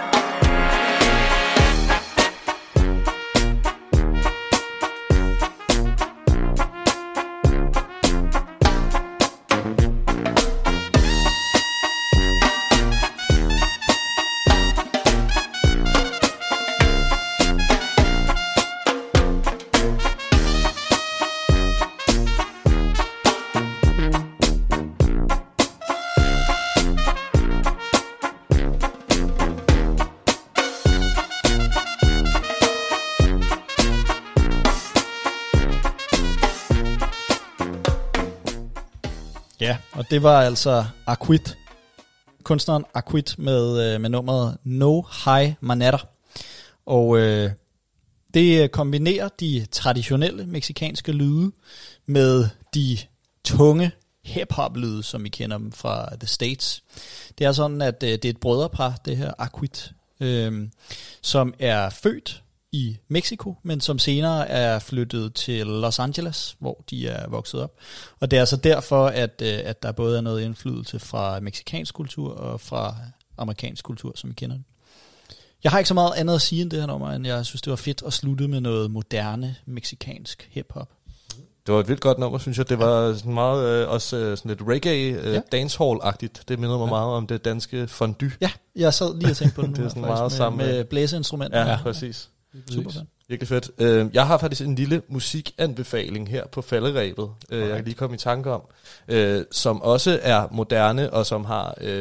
Ja, og det var altså Aquit, kunstneren Aquit med, øh, med nummeret No Hay Manera. Og øh, det kombinerer de traditionelle mexikanske lyde med de tunge hip-hop-lyde, som vi kender dem fra The States. Det er sådan, at øh, det er et brødrepar, det her Aquit, øh, som er født i Mexico, men som senere er flyttet til Los Angeles, hvor de er vokset op. Og det er altså derfor, at, at der både er noget indflydelse fra mexikansk kultur og fra amerikansk kultur, som vi kender det. Jeg har ikke så meget andet at sige end det her nummer, end jeg synes, det var fedt at slutte med noget moderne mexikansk hip-hop. Det var et vildt godt nummer, synes jeg. Det var sådan meget øh, også øh, sådan lidt reggae, øh, Ja. dancehall-agtigt. Det mindede mig Ja. meget om det danske fondue. Ja, jeg sad lige og tænkte på den nu. Det er her, sådan faktisk, meget med, sammen med- med blæseinstrumenter. Ja, ja, præcis. Super fedt. Virkelig fedt. Øh, jeg har faktisk en lille musikanbefaling her på falderebet, øh, jeg kan lige komme i tanke om, øh, som også er moderne, og som har øh,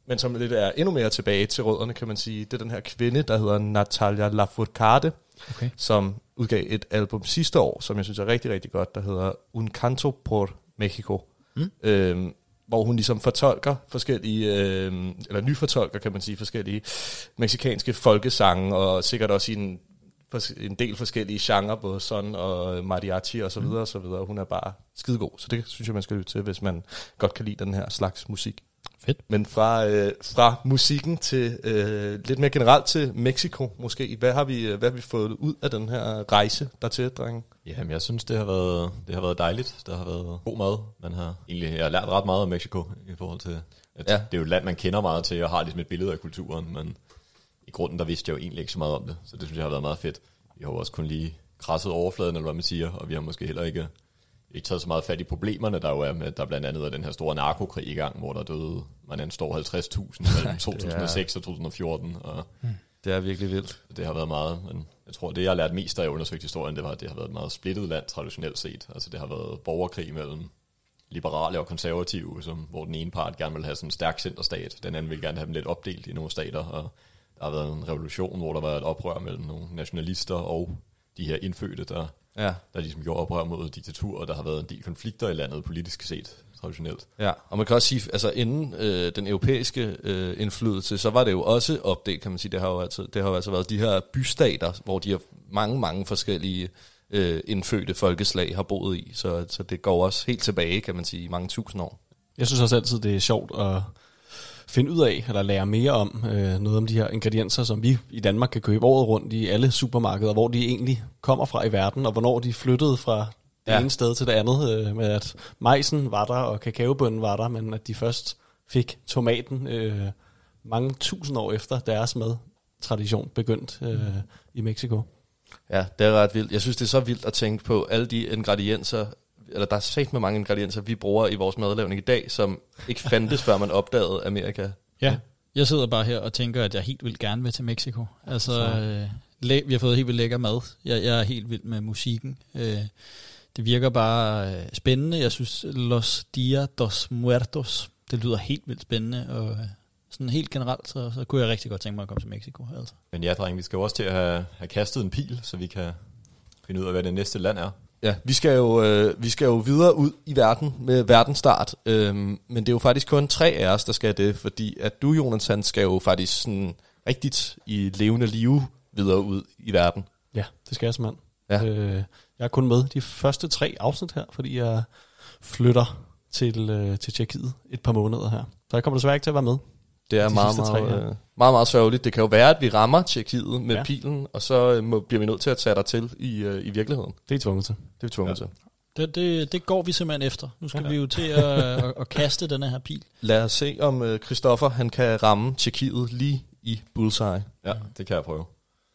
men som lidt er endnu mere tilbage til rødderne, kan man sige. Det er den her kvinde, der hedder Natalia Lafourcade, Okay. som udgav et album sidste år, som jeg synes er rigtig, rigtig godt, der hedder Un Canto por Mexico. Mm. Øhm, hvor hun ligesom fortolker forskellige, øh, eller nyfortolker, kan man sige, forskellige mexikanske folkesange, og sikkert også i en, en del forskellige genrer, både son og mariachi og så videre, og så videre. Hun er bare skidegod, så det synes jeg, man skal lytte til, hvis man godt kan lide den her slags musik. Fedt. Men fra, øh, fra musikken til øh, lidt mere generelt til Mexico måske. Hvad har vi, hvad har vi fået ud af den her rejse dertil, drenge? Jamen, jeg synes, det har været, det har været dejligt. Der har været god mad. Man har egentlig jeg har lært ret meget om Mexico i forhold til, at ja. Det er jo et land, man kender meget til, og har ligesom et billede af kulturen, men i grunden, der vidste jeg jo egentlig ikke så meget om det. Så det synes jeg har været meget fedt. Vi har jo også kun lige krasset overfladen, eller hvad man siger, og vi har måske heller ikke... ikke taget så meget fat i problemerne, der jo er med, der blandt andet er den her store narkokrig i gang, hvor der døde, man anstår halvtreds tusind mellem to tusind og seks og to tusind og fjorten. Og det er virkelig vildt. Det har været meget, men jeg tror, det jeg har lært mest, da jeg undersøgte historien, det var, at det har været et meget splittet land traditionelt set. Altså det har været borgerkrig mellem liberale og konservative, som, hvor den ene part gerne vil have sådan en stærk centerstat, den anden vil gerne have dem lidt opdelt i nogle stater, og der har været en revolution, hvor der var et oprør mellem nogle nationalister og de her indfødte, der Ja. der ligesom gjorde oprør mod diktatur, og der har været en del konflikter i landet politisk set, traditionelt. Ja, og man kan også sige, altså inden øh, den europæiske øh, indflydelse, så var det jo også opdelt, kan man sige, det har jo altid, det har jo altså været de her bystater, hvor de har mange, mange forskellige øh, indfødte folkeslag har boet i, så, så det går også helt tilbage, kan man sige, i mange tusind år. Jeg synes også altid, det er sjovt at finde ud af, eller lære mere om øh, noget om de her ingredienser, som vi i Danmark kan købe året rundt i alle supermarkeder, hvor de egentlig kommer fra i verden, og hvornår de flyttede fra det ja. ene sted til det andet, øh, med at majsen var der, og kakaobønnen var der, men at de først fik tomaten øh, mange tusind år efter deres madtradition begyndt øh, i Mexico. Ja, det er ret vildt. Jeg synes, det er så vildt at tænke på alle de ingredienser, eller der er sagt med mange ingredienser, vi bruger i vores madlavning i dag, som ikke fandtes, før man opdagede Amerika. Ja, jeg sidder bare her og tænker, at jeg helt vildt gerne vil til Mexico. Altså, øh, læ- vi har fået helt vildt lækker mad. Jeg, jeg er helt vild med musikken. Øh, det virker bare øh, spændende. Jeg synes, Los Dia dos Muertos, det lyder helt vildt spændende, og øh, sådan helt generelt, så, så kunne jeg rigtig godt tænke mig at komme til Mexico. Altså. Men ja, drenge, vi skal jo også til at have, have kastet en pil, så vi kan finde ud af, hvad det næste land er. Ja, vi skal jo øh, vi skal jo videre ud i verden med verdensstart, øhm, men det er jo faktisk kun tre af os, der skal det, fordi at du, Jonathan, skal jo faktisk sådan rigtigt i levende liv videre ud i verden. Ja, det skal jeg simpelthen. Ja. Øh, jeg er kun med de første tre afsnit her, fordi jeg flytter til, øh, til Tjekkiet et par måneder her. Så jeg kommer desværre ikke til at være med. Det er de meget sidste meget, tre, øh, meget, meget sørgeligt. Det kan jo være, at vi rammer Tjekkiet med Ja. pilen, og så øh, må, bliver vi nødt til at tage dig til i, øh, i virkeligheden. Det er tvunget til. Det er vi tvunget Ja. til. Det, det, det går vi simpelthen efter. Nu skal Ja. ja. vi jo til at, at, at kaste den her pil. Lad os se, om øh, Christoffer han kan ramme Tjekkiet lige i bullseye. Ja, det kan jeg prøve.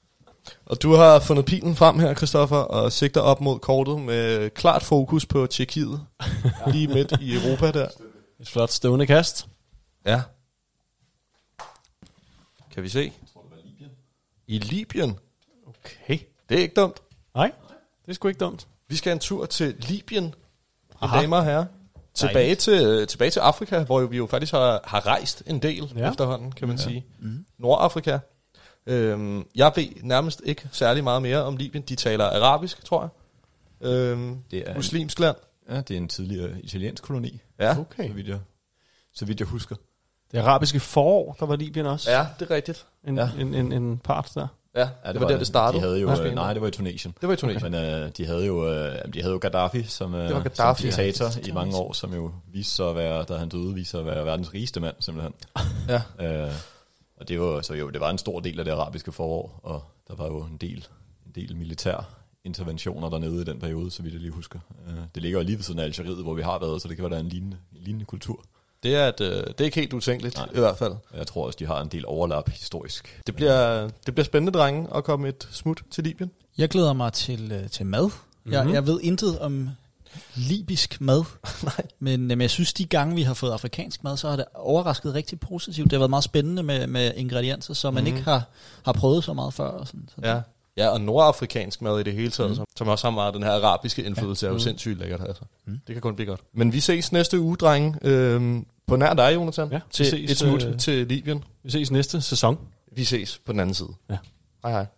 Og du har fundet pilen frem her, Christoffer, og sigter op mod kortet med klart fokus på Tjekkiet. Lige midt i Europa der. Et flot stående kast. Ja. Kan vi se? I Libyen. Okay. Det er ikke dumt. Nej, det er sgu ikke dumt. Vi skal en tur til Libyen, mine Aha. damer og herrer. Tilbage til, tilbage til Afrika, hvor vi jo faktisk har, har rejst en del Ja. ja. efterhånden, kan man ja. sige. Mm. Nordafrika. Øhm, jeg ved nærmest ikke særlig meget mere om Libyen. De taler arabisk, tror jeg. Øhm, Det er en- muslimsk land. Ja, det er en tidligere italiensk koloni, Ja. Okay. så vidt jeg, så vidt jeg husker. Det arabiske forår, der var Libyen også. Ja, det er rigtigt. En, Ja. en, en, en part der. Ja, det, Ja, det var der, det startede. De havde jo, Måske. øh, nej, det var i Tunesien. Det var i Tunesien. Men øh, de havde jo øh, de havde jo Gaddafi som, øh, Det var Gaddafi, som ja. diktator i mange år, som jo viste sig at være, da han døde, viste sig at være verdens rigeste mand, simpelthen. Ja. Øh, og det var så jo, det var en stor del af det arabiske forår, og der var jo en del, en del militær interventioner dernede i den periode, så vidt jeg lige husker. Øh, det ligger jo lige ved siden af Algeriet, hvor vi har været, så det kan være, der er en lignende, en lignende kultur. Det er, et, øh, det er ikke helt utænkeligt, Nej. i hvert fald. Jeg tror også, de har en del overlap historisk. Det bliver, det bliver spændende, drenge, at komme et smut til Libyen. Jeg glæder mig til, øh, til mad. Mm-hmm. Jeg, jeg ved intet om libysk mad. Nej. Men, men jeg synes, de gange, vi har fået afrikansk mad, så har det overrasket rigtig positivt. Det har været meget spændende med, med ingredienser, som man Mhm. ikke har, har prøvet så meget før. Og sådan, så Ja. Ja, og nordafrikansk mad i det hele taget, mm. som også har meget den her arabiske indflydelse, ja. er jo sindssygt lækkert. Altså. Mm. Det kan kun blive godt. Men vi ses næste uge, drenge. Øhm, På nær dig, Jonathan. Ja, til vi ses, et smut øh, til Libyen. Vi ses næste sæson. Vi ses på den anden side. Ja. Hej hej.